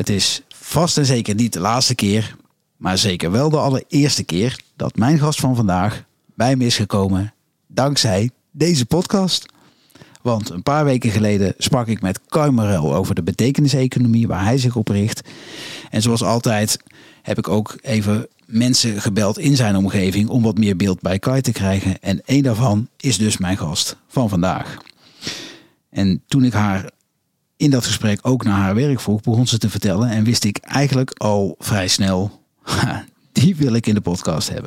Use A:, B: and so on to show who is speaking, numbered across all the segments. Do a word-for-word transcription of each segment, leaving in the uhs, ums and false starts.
A: Het is vast en zeker niet de laatste keer, maar zeker wel de allereerste keer dat mijn gast van vandaag bij me is gekomen dankzij deze podcast. Want een paar weken geleden sprak ik met Kai Morel over de betekeniseconomie waar hij zich op richt. En zoals altijd heb ik ook even mensen gebeld in zijn omgeving om wat meer beeld bij Kai te krijgen. En één daarvan is dus mijn gast van vandaag. En toen ik haar in dat gesprek ook naar haar werk vroeg, begon ze te vertellen en wist ik eigenlijk al vrij snel, die wil ik in de podcast hebben.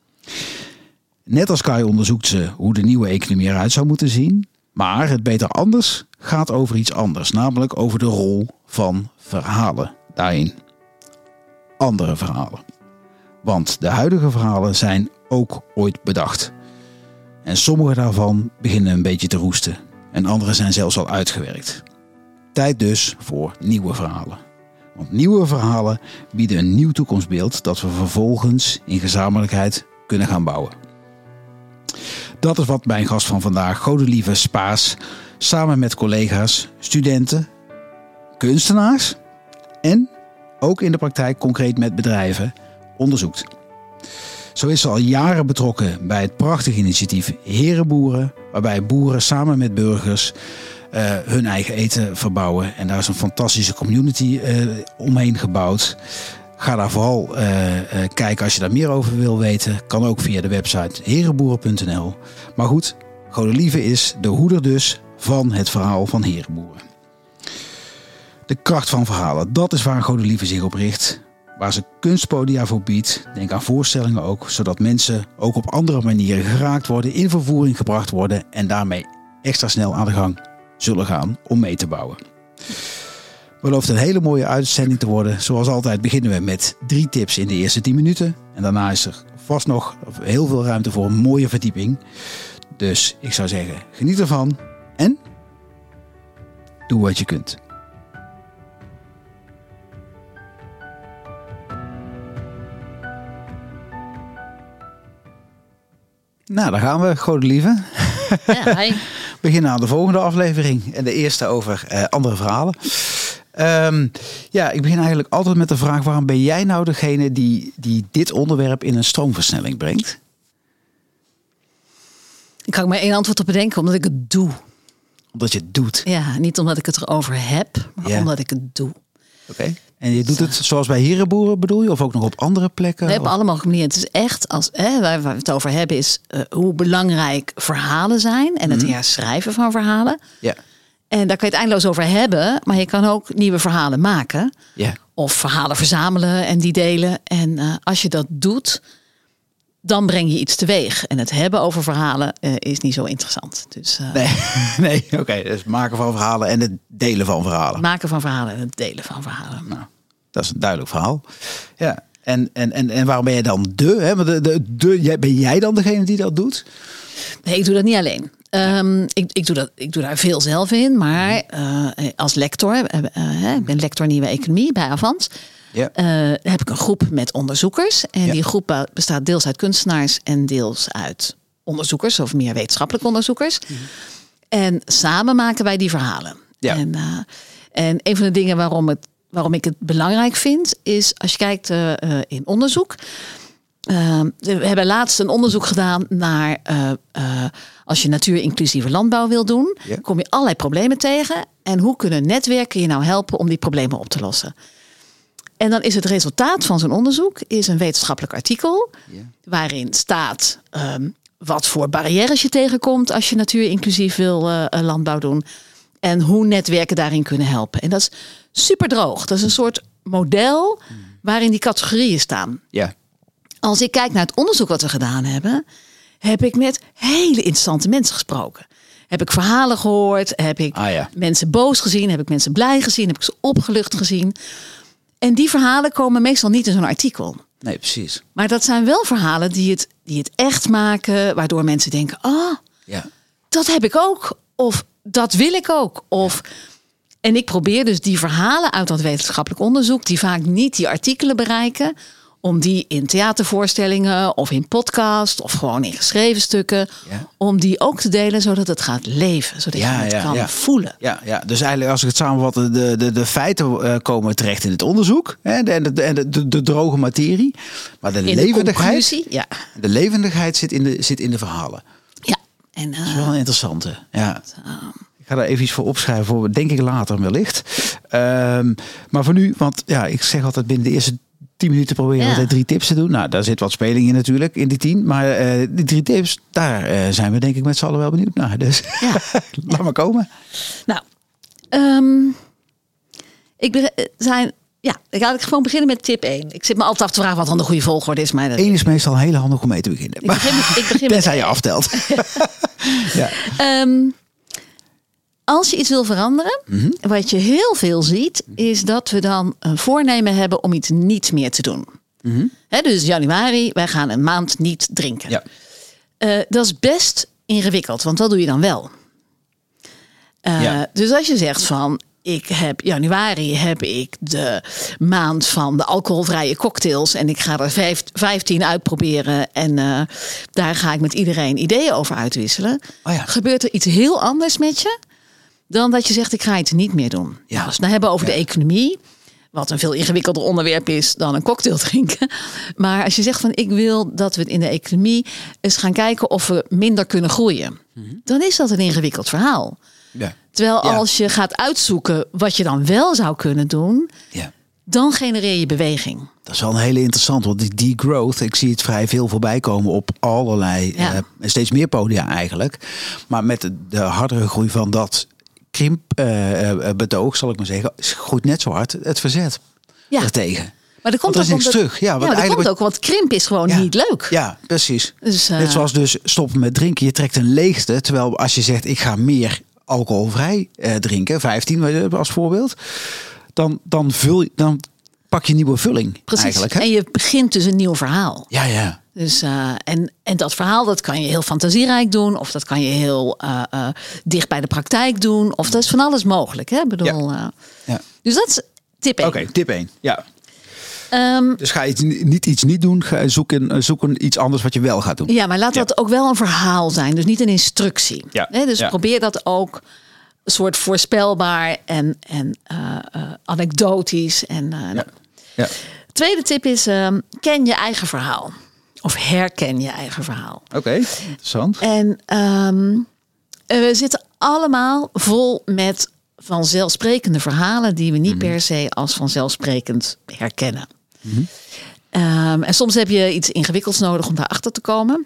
A: Net als Kai onderzoekt ze hoe de nieuwe economie eruit zou moeten zien. Maar het beter anders gaat over iets anders. Namelijk over de rol van verhalen daarin. Andere verhalen. Want de huidige verhalen zijn ook ooit bedacht. En sommige daarvan beginnen een beetje te roesten. En andere zijn zelfs al uitgewerkt. Tijd dus voor nieuwe verhalen. Want nieuwe verhalen bieden een nieuw toekomstbeeld dat we vervolgens in gezamenlijkheid kunnen gaan bouwen. Dat is wat mijn gast van vandaag, Godelieve Spaas, samen met collega's, studenten, kunstenaars en ook in de praktijk concreet met bedrijven onderzoekt. Zo is ze al jaren betrokken bij het prachtige initiatief Herenboeren, waarbij boeren samen met burgers uh, hun eigen eten verbouwen. En daar is een fantastische community uh, omheen gebouwd. Ga daar vooral uh, uh, kijken als je daar meer over wil weten. Kan ook via de website herenboeren punt n l. Maar goed, Godelieve is de hoeder dus van het verhaal van Herenboeren. De kracht van verhalen, dat is waar Godelieve zich op richt. Waar ze kunstpodia voor biedt. Denk aan voorstellingen ook, zodat mensen ook op andere manieren geraakt worden, in vervoering gebracht worden en daarmee extra snel aan de gang zullen gaan om mee te bouwen. Belooft een hele mooie uitzending te worden. Zoals altijd beginnen we met drie tips in de eerste tien minuten. En daarna is er vast nog heel veel ruimte voor een mooie verdieping. Dus ik zou zeggen, geniet ervan en doe wat je kunt. Nou, daar gaan we, Godelieve.
B: Ja, hi.
A: We beginnen aan de volgende aflevering. En de eerste over uh, andere verhalen. Um, ja, ik begin eigenlijk altijd met de vraag: waarom ben jij nou degene die, die dit onderwerp in een stroomversnelling brengt?
B: Ik kan er maar één antwoord op bedenken, omdat ik het doe.
A: Omdat je het doet?
B: Ja, niet omdat ik het erover heb, maar ja. omdat ik het doe.
A: Oké. Okay. En je doet het zoals bij Herenboeren bedoel je? Of ook nog op andere plekken?
B: We hebben allemaal manieren. Het is echt, als, hè, waar we het over hebben, is uh, hoe belangrijk verhalen zijn. En het mm. herschrijven van verhalen.
A: Ja.
B: En daar kan je het eindeloos over hebben. Maar je kan ook nieuwe verhalen maken.
A: Ja.
B: Of verhalen verzamelen en die delen. En uh, als je dat doet, dan breng je iets teweeg. En het hebben over verhalen uh, is niet zo interessant. Dus, uh,
A: nee, nee oké. Okay. Dus maken van verhalen en het delen van verhalen.
B: Maken van verhalen en het delen van verhalen.
A: Nou, dat is een duidelijk verhaal. Ja. En, en, en, en waarom ben je dan de? Hè? De, de, de, ben jij dan degene die dat doet?
B: Nee, ik doe dat niet alleen. Um, ik, ik, doe dat, ik doe daar veel zelf in. Maar uh, als lector, uh, uh, ik ben lector Nieuwe Economie bij Avans.
A: Ja.
B: Uh, heb ik een groep met onderzoekers. En
A: ja.
B: die groep bestaat deels uit kunstenaars en deels uit onderzoekers. Of meer wetenschappelijke onderzoekers. Mm. En samen maken wij die verhalen.
A: Ja.
B: En, uh, en een van de dingen waarom, het, waarom ik het belangrijk vind, is als je kijkt uh, uh, in onderzoek. Uh, we hebben laatst een onderzoek gedaan naar uh, uh, als je natuurinclusieve landbouw wil doen,
A: ja.
B: kom je allerlei problemen tegen. En hoe kunnen netwerken je nou helpen om die problemen op te lossen? En dan is het resultaat van zo'n onderzoek is een wetenschappelijk artikel, ja. waarin staat um, wat voor barrières je tegenkomt als je natuurinclusief wil uh, landbouw doen. En hoe netwerken daarin kunnen helpen. En dat is super droog. Dat is een soort model waarin die categorieën staan.
A: Ja.
B: Als ik kijk naar het onderzoek wat we gedaan hebben, heb ik met hele interessante mensen gesproken. Heb ik verhalen gehoord, heb ik
A: ah, ja.
B: mensen boos gezien, heb ik mensen blij gezien, heb ik ze opgelucht gezien. En die verhalen komen meestal niet in zo'n artikel.
A: Nee, precies.
B: Maar dat zijn wel verhalen die het, die het echt maken, waardoor mensen denken, oh,
A: ja.
B: dat heb ik ook. Of dat wil ik ook. Of... Ja. En ik probeer dus die verhalen uit dat wetenschappelijk onderzoek, die vaak niet die artikelen bereiken, om die in theatervoorstellingen of in podcast of gewoon in geschreven stukken, ja. om die ook te delen zodat het gaat leven, zodat ja, je het ja, kan
A: ja.
B: voelen.
A: Ja, ja, dus eigenlijk als ik het samenvat, de, de, de feiten uh, komen terecht in het onderzoek hè, en de, de, de, de, de droge materie, maar de
B: in
A: levendigheid,
B: de, ja.
A: de levendigheid zit in de, zit in de verhalen.
B: Ja, en uh,
A: dat is wel een interessante. Ja. Uh, Ik ga daar even iets voor opschrijven, voor denk ik later wellicht. Um, maar voor nu, want ja, ik zeg altijd binnen de eerste tien minuten proberen we ja. drie tips te doen. Nou, daar zit wat speling in natuurlijk, in die tien. Maar uh, die drie tips, daar uh, zijn we denk ik met z'n allen wel benieuwd naar. Dus ja. laat maar komen.
B: Nou, um, ik be- zijn... Ja, ik ga gewoon beginnen met tip één. Ik zit me altijd af te vragen wat dan de goede volgorde is. Maar dat...
A: Eén is meestal heel handig om mee te beginnen.
B: Ik begin met, ik begin
A: Tenzij je aftelt.
B: ja. Um, Als je iets wil veranderen, mm-hmm. wat je heel veel ziet, is dat we dan een voornemen hebben om iets niet meer te doen. Mm-hmm. He, dus januari, wij gaan een maand niet drinken. Ja. Uh, dat is best ingewikkeld, want wat doe je dan wel? Uh, ja. Dus als je zegt van, ik heb januari heb ik de maand van de alcoholvrije cocktails en ik ga er vijf, vijftien uitproberen en uh, daar ga ik met iedereen ideeën over uitwisselen. Oh ja. Gebeurt er iets heel anders met je dan dat je zegt, ik ga het niet meer doen. Ja. Als we het hebben over ja. de economie, wat een veel ingewikkelder onderwerp is dan een cocktail drinken. Maar als je zegt van, ik wil dat we in de economie eens gaan kijken of we minder kunnen groeien. Mm-hmm. Dan is dat een ingewikkeld verhaal. Ja. Terwijl ja. als je gaat uitzoeken wat je dan wel zou kunnen doen, ja. dan genereer je beweging.
A: Dat is wel een hele interessant, want die degrowth, ik zie het vrij veel voorbij komen op allerlei, ja. uh, steeds meer podia eigenlijk. Maar met de, de hardere groei van dat krimpbetoog, uh, zal ik maar zeggen, groeit net zo hard het verzet ja. ertegen.
B: Maar er komt
A: want er
B: ook
A: is niks
B: omdat,
A: terug. Ja,
B: ja,
A: want
B: er
A: eigenlijk
B: komt ook, want krimp is gewoon ja, niet leuk.
A: Ja, precies.
B: Dus, uh,
A: Net zoals dus stoppen met drinken, je trekt een leegte. Terwijl als je zegt, ik ga meer alcoholvrij uh, drinken, vijftien als voorbeeld, dan, dan, vul, dan pak je nieuwe vulling.
B: Precies.
A: Eigenlijk, hè?
B: En je begint dus een nieuw verhaal.
A: Ja, ja.
B: Dus, uh, en, en dat verhaal, dat kan je heel fantasierijk doen, of dat kan je heel uh, uh, dicht bij de praktijk doen, of dat is van alles mogelijk. Hè? Ik bedoel, ja. Uh, ja. Dus dat is tip één.
A: Oké, okay, tip één. Ja.
B: Um,
A: dus ga je niet iets niet doen, ga zoeken, zoeken iets anders wat je wel gaat doen.
B: Ja, maar laat dat ja. ook wel een verhaal zijn, dus niet een instructie.
A: Ja.
B: Nee, dus
A: ja.
B: probeer dat ook een soort voorspelbaar en, en uh, uh, anekdotisch. En, uh,
A: ja.
B: Nou.
A: Ja.
B: Tweede tip is, um, ken je eigen verhaal. Of herken je eigen verhaal.
A: Oké, okay, interessant.
B: En um, we zitten allemaal vol met vanzelfsprekende verhalen die we niet mm-hmm. per se als vanzelfsprekend herkennen. Mm-hmm. Um, en soms heb je iets ingewikkelds nodig om daarachter te komen.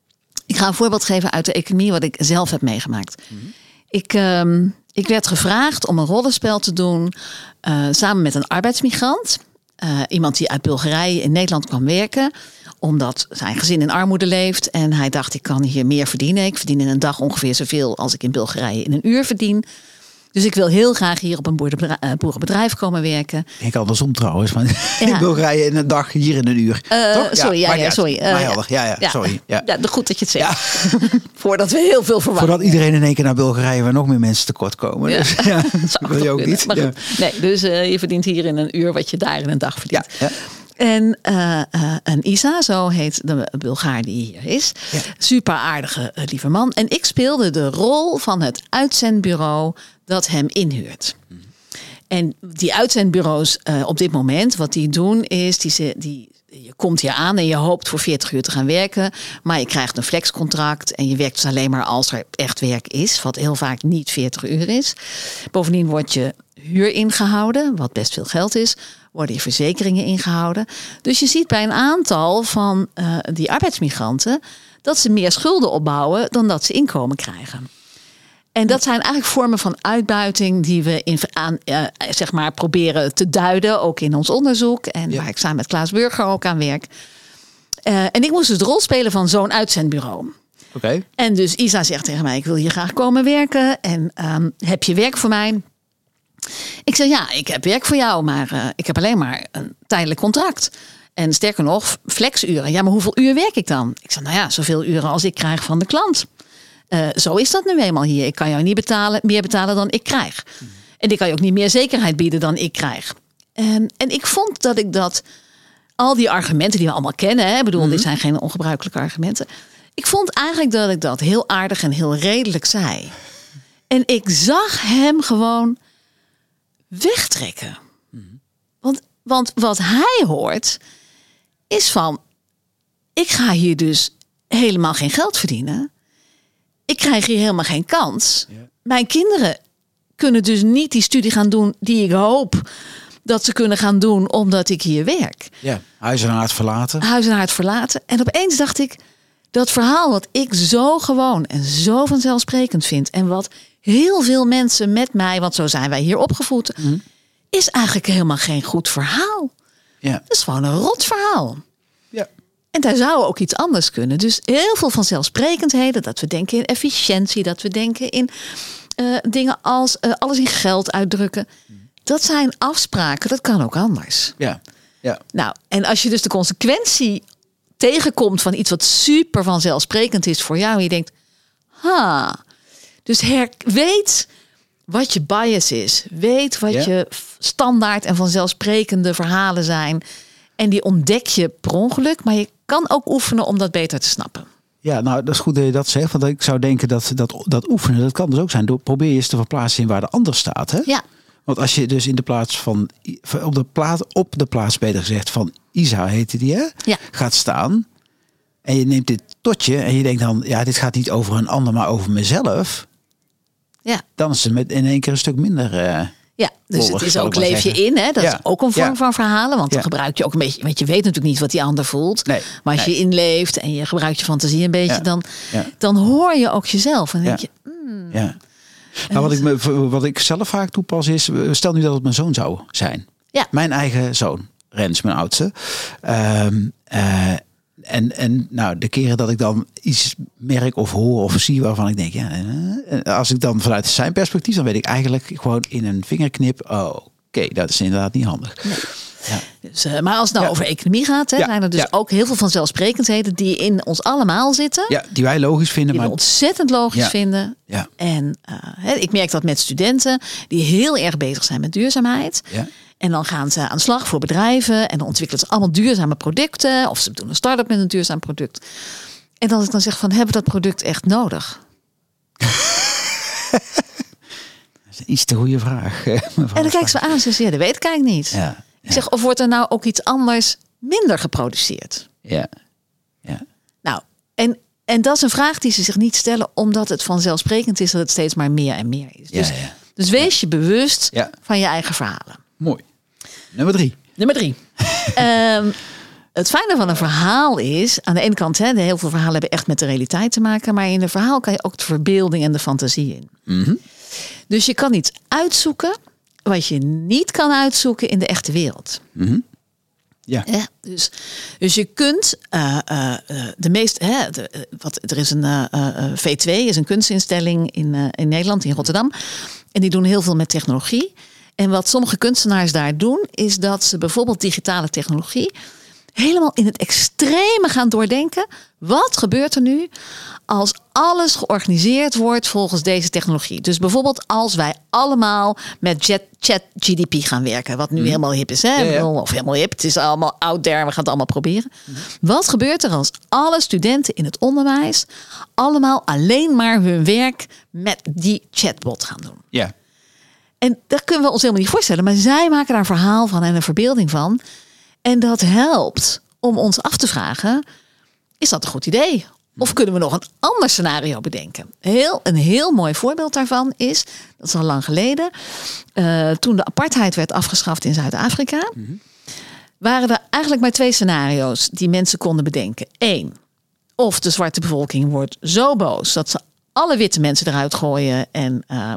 B: Ik ga een voorbeeld geven uit de economie wat ik zelf heb meegemaakt. Mm-hmm. Ik, um, ik werd gevraagd om een rollenspel te doen uh, samen met een arbeidsmigrant. Uh, iemand die uit Bulgarije in Nederland kwam werken, omdat zijn gezin in armoede leeft. En hij dacht, ik kan hier meer verdienen. Ik verdien in een dag ongeveer zoveel als ik in Bulgarije in een uur verdien. Dus ik wil heel graag hier op een boerenbedrijf komen werken.
A: Ik andersom trouwens. Maar ja. In Bulgarije in een dag, hier in een uur.
B: Uh, Toch? Sorry, ja, ja, ja, sorry. Uh,
A: maar helder, ja, ja, ja, sorry. Ja.
B: Ja, goed dat je het zegt. Ja. Voordat we heel veel verwachten.
A: Voordat iedereen in één keer naar Bulgarije waar nog meer mensen tekort komen.
B: Ja.
A: Dus ja, dat wil je ook niet.
B: Maar goed, ja. Nee, dus uh, je verdient hier in een uur wat je daar in een dag verdient.
A: Ja, ja.
B: En uh, uh, een Isa, zo heet de Bulgaar die hier is. Ja. Super aardige uh, lieve man. En ik speelde de rol van het uitzendbureau dat hem inhuurt. Mm. En die uitzendbureaus uh, op dit moment, wat die doen is, die, die, je komt hier aan en je hoopt voor veertig uur te gaan werken. Maar je krijgt een flexcontract en je werkt dus alleen maar als er echt werk is. Wat heel vaak niet veertig uur is. Bovendien wordt je huur ingehouden, wat best veel geld is. Worden je verzekeringen ingehouden. Dus je ziet bij een aantal van uh, die arbeidsmigranten dat ze meer schulden opbouwen dan dat ze inkomen krijgen. En dat zijn eigenlijk vormen van uitbuiting die we in, aan, uh, zeg maar proberen te duiden, ook in ons onderzoek. En ja. waar ik samen met Klaas Burger ook aan werk. Uh, en ik moest dus de rol spelen van zo'n uitzendbureau.
A: Okay.
B: En dus Isa zegt tegen mij, ik wil hier graag komen werken. En um, heb je werk voor mij? Ik zeg, ja, ik heb werk voor jou, maar uh, ik heb alleen maar een tijdelijk contract. En sterker nog, flexuren. Ja, maar hoeveel uur werk ik dan? Ik zeg, nou ja, zoveel uren als ik krijg van de klant. Uh, zo is dat nu eenmaal hier. Ik kan jou niet betalen, meer betalen dan ik krijg. Mm. En ik kan je ook niet meer zekerheid bieden dan ik krijg. Um, en ik vond dat ik dat al die argumenten die we allemaal kennen. Hè? Ik bedoel,
A: Mm-hmm.
B: dit zijn geen ongebruikelijke argumenten. Ik vond eigenlijk dat ik dat heel aardig en heel redelijk zei. En ik zag hem gewoon wegtrekken.
A: Mm-hmm.
B: Want, want wat hij hoort is van... ik ga hier dus helemaal geen geld verdienen. Ik krijg hier helemaal geen kans.
A: Ja.
B: Mijn kinderen kunnen dus niet die studie gaan doen die ik hoop dat ze kunnen gaan doen omdat ik hier werk.
A: Ja, huis en haard verlaten.
B: Huis en haard verlaten. En opeens dacht ik, dat verhaal wat ik zo gewoon en zo vanzelfsprekend vind en wat heel veel mensen met mij, want zo zijn wij hier opgevoed,
A: Mm-hmm.
B: is eigenlijk helemaal geen goed verhaal.
A: Ja.
B: Het is gewoon een rot verhaal.
A: Ja.
B: En daar zou ook iets anders kunnen. Dus heel veel vanzelfsprekendheden, dat we denken in efficiëntie, dat we denken in uh, dingen als uh, alles in geld uitdrukken. Dat zijn afspraken, dat kan ook anders.
A: Ja. Ja.
B: Nou, en als je dus de consequentie tegenkomt van iets wat super vanzelfsprekend is voor jou, en je denkt, ha, dus her, weet wat je bias is, weet wat
A: Ja.
B: je standaard en vanzelfsprekende verhalen zijn, en die ontdek je per ongeluk, maar je kan ook oefenen om dat beter te snappen.
A: Ja, nou, dat is goed dat je dat zegt. Want ik zou denken dat dat, dat oefenen, dat kan dus ook zijn. Door, probeer je eens te verplaatsen in waar de ander staat. Hè?
B: Ja,
A: Want als je dus in de plaats van, op de plaats, op de plaats beter gezegd, van Isa heette die, hè?
B: Ja.
A: Gaat staan. En je neemt dit tot je. En je denkt dan, ja, dit gaat niet over een ander, maar over mezelf.
B: ja.
A: Dan is het met in één keer een stuk minder. Uh,
B: Ja, dus
A: Wollig,
B: het is
A: zal
B: ook
A: ik maar
B: leef je
A: zeggen.
B: in. Hè? Dat
A: Ja.
B: is ook een vorm
A: Ja.
B: van verhalen. Want dan
A: Ja.
B: gebruik je ook een beetje... Want je weet natuurlijk niet wat die ander voelt.
A: Nee.
B: Maar als
A: Nee.
B: je inleeft en je gebruikt je fantasie een beetje...
A: Ja.
B: Dan,
A: Ja.
B: dan hoor je ook jezelf. En dan denk
A: Ja.
B: je...
A: ja. Nou, wat ik, me, wat ik zelf vaak toepas is, stel nu dat het mijn zoon zou zijn.
B: Ja.
A: Mijn eigen zoon, Rens, mijn oudste. Um, uh, en, en nou, de keren dat ik dan iets merk of hoor of zie waarvan ik denk, ja, uh, als ik dan vanuit zijn perspectief, dan weet ik eigenlijk gewoon in een vingerknip, oh, oké, okay, dat is inderdaad niet handig.
B: Nee.
A: Ja.
B: Dus, uh, maar als het nou
A: Ja.
B: over economie gaat, hè,
A: Ja.
B: zijn er dus
A: Ja.
B: ook heel veel vanzelfsprekendheden die in ons allemaal zitten.
A: Ja, die wij logisch vinden,
B: Die we
A: maar
B: ontzettend logisch
A: Ja.
B: vinden.
A: Ja.
B: En uh, hè, ik merk dat met studenten die heel erg bezig zijn met duurzaamheid.
A: Ja.
B: En dan gaan ze aan de slag voor bedrijven. En dan ontwikkelen ze allemaal duurzame producten. Of ze doen een start-up met een duurzaam product. En als ik dan zeg van, hebben we dat product echt nodig?
A: dat is een iets te goede vraag.
B: En dan kijken ze me aan en zeggen, ja, dat weet ik eigenlijk niet.
A: Ja.
B: Ik zeg, of wordt er nou ook iets anders minder geproduceerd?
A: Ja. Ja.
B: Nou, en, en dat is een vraag die ze zich niet stellen, omdat het vanzelfsprekend is dat het steeds maar meer en meer is.
A: Ja,
B: Dus,
A: ja.
B: dus wees je bewust
A: Ja.
B: van je eigen verhalen.
A: Mooi. Nummer drie.
B: Nummer drie. um, het fijne van een verhaal is, aan de ene kant, hè, heel veel verhalen hebben echt met de realiteit te maken, maar in een verhaal kan je ook de verbeelding en de fantasie in.
A: Mm-hmm.
B: Dus je kan iets uitzoeken wat je niet kan uitzoeken in de echte wereld.
A: Mm-hmm. Ja.
B: Ja, dus, dus je kunt uh, uh, de meest. Hè, de, uh, wat, er is een uh, uh, V twee, is een kunstinstelling in, uh, in Nederland, in Rotterdam. En die doen heel veel met technologie. En wat sommige kunstenaars daar doen, is dat ze bijvoorbeeld digitale technologie helemaal in het extreme gaan doordenken. Wat gebeurt er nu als alles georganiseerd wordt volgens deze technologie? Dus bijvoorbeeld als wij allemaal met ChatGPT gaan werken. Wat nu mm. helemaal hip is. Hè?
A: Ja, ja.
B: Of helemaal hip. Het is allemaal out there. We gaan het allemaal proberen. Mm. Wat gebeurt er als alle studenten in het onderwijs allemaal alleen maar hun werk met die chatbot gaan doen?
A: Ja.
B: En dat kunnen we ons helemaal niet voorstellen. Maar zij maken daar een verhaal van en een verbeelding van. En dat helpt om ons af te vragen, is dat een goed idee? Of kunnen we nog een ander scenario bedenken? Heel, een heel mooi voorbeeld daarvan is, dat is al lang geleden, uh, toen de apartheid werd afgeschaft in Zuid-Afrika, mm-hmm. waren er eigenlijk maar twee scenario's die mensen konden bedenken. Eén, of de zwarte bevolking wordt zo boos dat ze alle witte mensen eruit gooien en uh,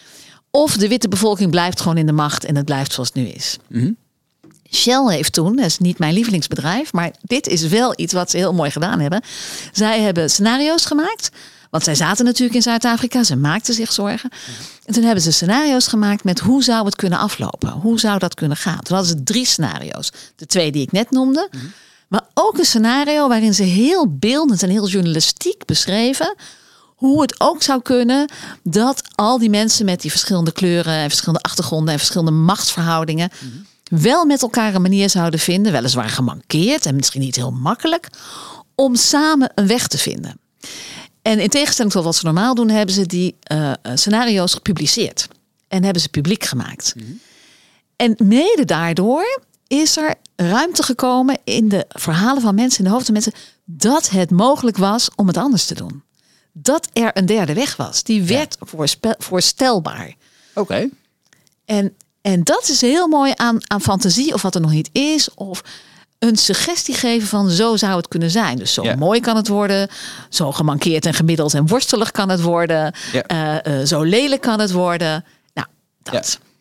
B: of de witte bevolking blijft gewoon in de macht en het blijft zoals het nu is.
A: Mm-hmm.
B: Shell heeft toen, dat is niet mijn lievelingsbedrijf, maar dit is wel iets wat ze heel mooi gedaan hebben. Zij hebben scenario's gemaakt, want zij zaten natuurlijk in Zuid-Afrika, ze maakten zich zorgen. En toen hebben ze scenario's gemaakt met hoe zou het kunnen aflopen? Hoe zou dat kunnen gaan? Toen hadden ze drie scenario's. De twee die ik net noemde, mm-hmm. maar ook een scenario waarin ze heel beeldend en heel journalistiek beschreven hoe het ook zou kunnen dat al die mensen met die verschillende kleuren en verschillende achtergronden en verschillende machtsverhoudingen mm-hmm. wel met elkaar een manier zouden vinden, weliswaar gemankeerd en misschien niet heel makkelijk, om samen een weg te vinden. En in tegenstelling tot wat ze normaal doen, hebben ze die uh, scenario's gepubliceerd. En hebben ze publiek gemaakt. Mm-hmm. En mede daardoor is er ruimte gekomen in de verhalen van mensen, in de hoofden van mensen, dat het mogelijk was om het anders te doen. Dat er een derde weg was. Die werd ja. voorspe- voorstelbaar.
A: Oké. Okay.
B: En, en dat is heel mooi aan, aan fantasie, of wat er nog niet is, of een suggestie geven van zo zou het kunnen zijn. Dus zo ja. mooi kan het worden, zo gemankeerd en gemiddeld en worstelig kan het worden, ja. uh, uh, zo lelijk kan het worden. Nou, dat.
A: Ja.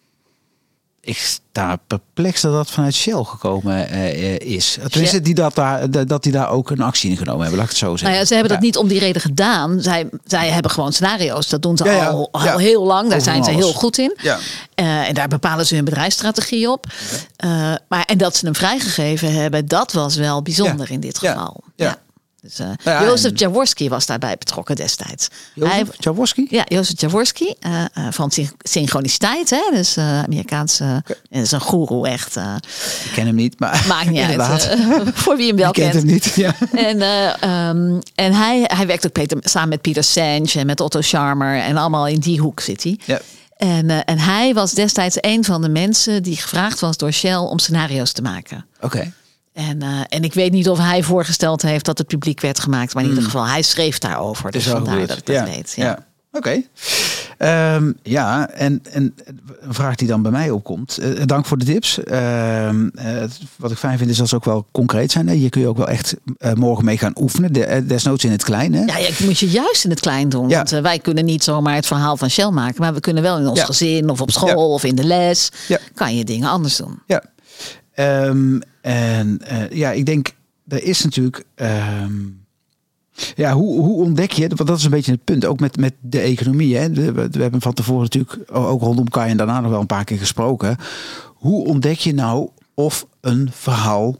A: Ik sta perplex dat dat vanuit Shell gekomen uh, is. Tenminste, Shell... die dat, daar, dat die daar ook een actie in genomen hebben, laat ik het zo zeggen.
B: Nou ja, ze hebben
A: ja.
B: dat niet om die reden gedaan. Zij, zij hebben gewoon scenario's. Dat doen ze ja, ja. al, al
A: ja.
B: heel lang. Daar
A: Over
B: zijn ze
A: alles.
B: heel goed in.
A: Ja.
B: Uh, en daar bepalen ze hun bedrijfsstrategie op. Uh, maar, en dat ze hem vrijgegeven hebben, dat was wel bijzonder ja. in dit geval. Ja. ja. Dus, uh, ja, Jozef en... Jaworski was daarbij betrokken destijds.
A: Jozef Jaworski?
B: Ja, Jozef Jaworski uh, uh, van synchroniciteit. Hè? Dus uh, Amerikaanse, uh, okay. is een goeroe echt. Uh,
A: Ik ken hem niet, maar
B: maakt niet uit. Uh, voor wie hem wel
A: kent.
B: kent
A: hem niet, ja.
B: En, uh, um, en hij, hij werkt ook Peter, samen met Peter Senge en met Otto Scharmer. En allemaal in die hoek zit hij.
A: Ja.
B: En, uh, en hij was destijds een van de mensen die gevraagd was door Shell om scenario's te maken.
A: Oké. Okay.
B: En, uh, en ik weet niet of hij voorgesteld heeft dat het publiek werd gemaakt. Maar in mm. ieder geval, hij schreef daarover. Dus vandaar dat ik dat
A: ja. weet. Ja.
B: Ja.
A: Oké. Okay. Um, ja, en, en een vraag die dan bij mij opkomt. Uh, dank voor de tips. Uh, uh, wat ik fijn vind is dat ze ook wel concreet zijn. Hè? Hier kun je ook wel echt uh, morgen mee gaan oefenen. De, uh, desnoods in het klein. Hè?
B: Ja, ja, moet je juist in het klein doen. Ja. Want uh, wij kunnen niet zomaar het verhaal van Shell maken. Maar we kunnen wel in ons ja. gezin of op school ja. of in de les. Ja. Kan je dingen anders doen.
A: Ja. Um, en uh, ja, ik denk, er is natuurlijk... Um, ja, hoe, hoe ontdek je, want dat is een beetje het punt, ook met, met de economie. Hè? We, we hebben van tevoren natuurlijk ook rondom Kai en daarna nog wel een paar keer gesproken. Hoe ontdek je nou of een verhaal...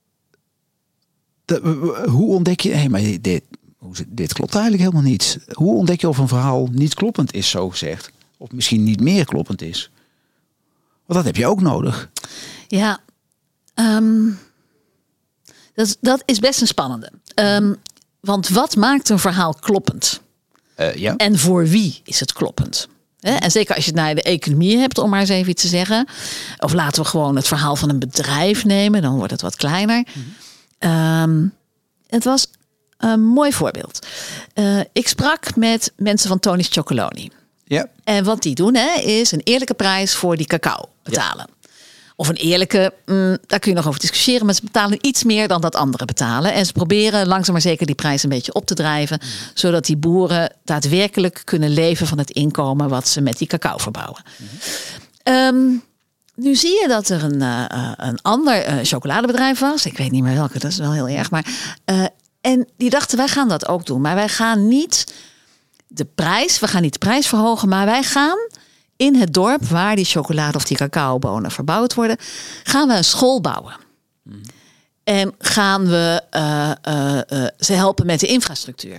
A: De, hoe ontdek je... Hé, maar dit, dit klopt eigenlijk helemaal niet. Hoe ontdek je of een verhaal niet kloppend is, zo gezegd? Of misschien niet meer kloppend is? Want dat heb je ook nodig.
B: Ja, um, dat, dat is best een spannende. Um, want wat maakt een verhaal kloppend?
A: Uh, ja.
B: En voor wie is het kloppend? He? En zeker als je het naar de economie hebt, om maar eens even iets te zeggen. Of laten we gewoon het verhaal van een bedrijf nemen. Dan wordt het wat kleiner. Mm-hmm. Um, het was een mooi voorbeeld. Uh, ik sprak met mensen van Tony's Chocolonely.
A: Ja.
B: En wat die doen, hè, is een eerlijke prijs voor die cacao betalen. Ja. Of een eerlijke, mm, daar kun je nog over discussiëren. Maar ze betalen iets meer dan dat anderen betalen. En ze proberen langzaam maar zeker die prijs een beetje op te drijven. Mm. Zodat die boeren daadwerkelijk kunnen leven van het inkomen wat ze met die cacao verbouwen. Mm. Um, nu zie je dat er een, uh, een ander uh, chocoladebedrijf was. Ik weet niet meer welke, dat is wel heel erg. Maar, uh, en die dachten, wij gaan dat ook doen. Maar wij gaan niet de prijs, we gaan niet de prijs verhogen. Maar wij gaan in het dorp waar die chocolade of die cacaobonen verbouwd worden, gaan we een school bouwen. Mm. En gaan we uh, uh, uh, ze helpen met de infrastructuur.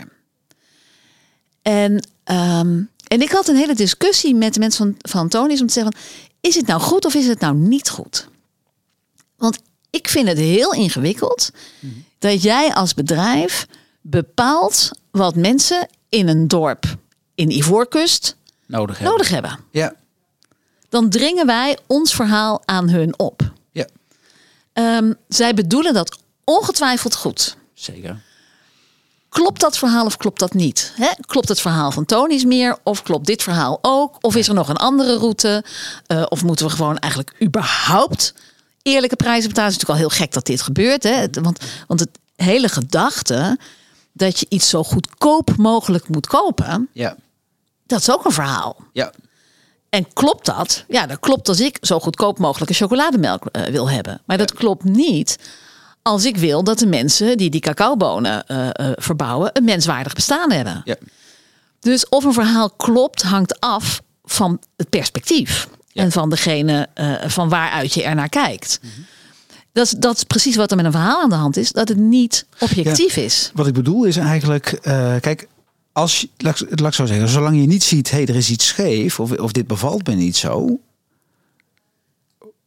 B: En, um, en ik had een hele discussie met de mensen van, van Tony's om te zeggen, is het nou goed of is het nou niet goed? Want ik vind het heel ingewikkeld mm. dat jij als bedrijf bepaalt wat mensen in een dorp in Ivoorkust
A: Nodig hebben.
B: nodig hebben.
A: Ja.
B: Dan dringen wij ons verhaal aan hun op.
A: Ja.
B: Um, zij bedoelen dat ongetwijfeld goed.
A: Zeker.
B: Klopt dat verhaal of klopt dat niet? He? Klopt het verhaal van Tony's meer of klopt dit verhaal ook? Of is er nog een andere route? Uh, of moeten we gewoon eigenlijk überhaupt eerlijke prijzen betalen? Het is natuurlijk al heel gek dat dit gebeurt. Hè? Want, want het hele gedachte dat je iets zo goedkoop mogelijk moet kopen,
A: ja.
B: dat is ook een verhaal.
A: Ja.
B: En klopt dat? Ja, dat klopt als ik zo goedkoop mogelijk een chocolademelk uh, wil hebben. Maar dat ja. klopt niet als ik wil dat de mensen die die cacaobonen uh, uh, verbouwen een menswaardig bestaan hebben. Ja. Dus of een verhaal klopt hangt af van het perspectief. Ja. En van degene uh, van waaruit je er naar kijkt. Mm-hmm. Dat is, dat is precies wat er met een verhaal aan de hand is. Dat het niet objectief ja. is.
A: Wat ik bedoel is eigenlijk, uh, kijk, als je, laat, laat ik zo zeggen, zolang je niet ziet, hé, hey, er is iets scheef of, of dit bevalt me niet zo,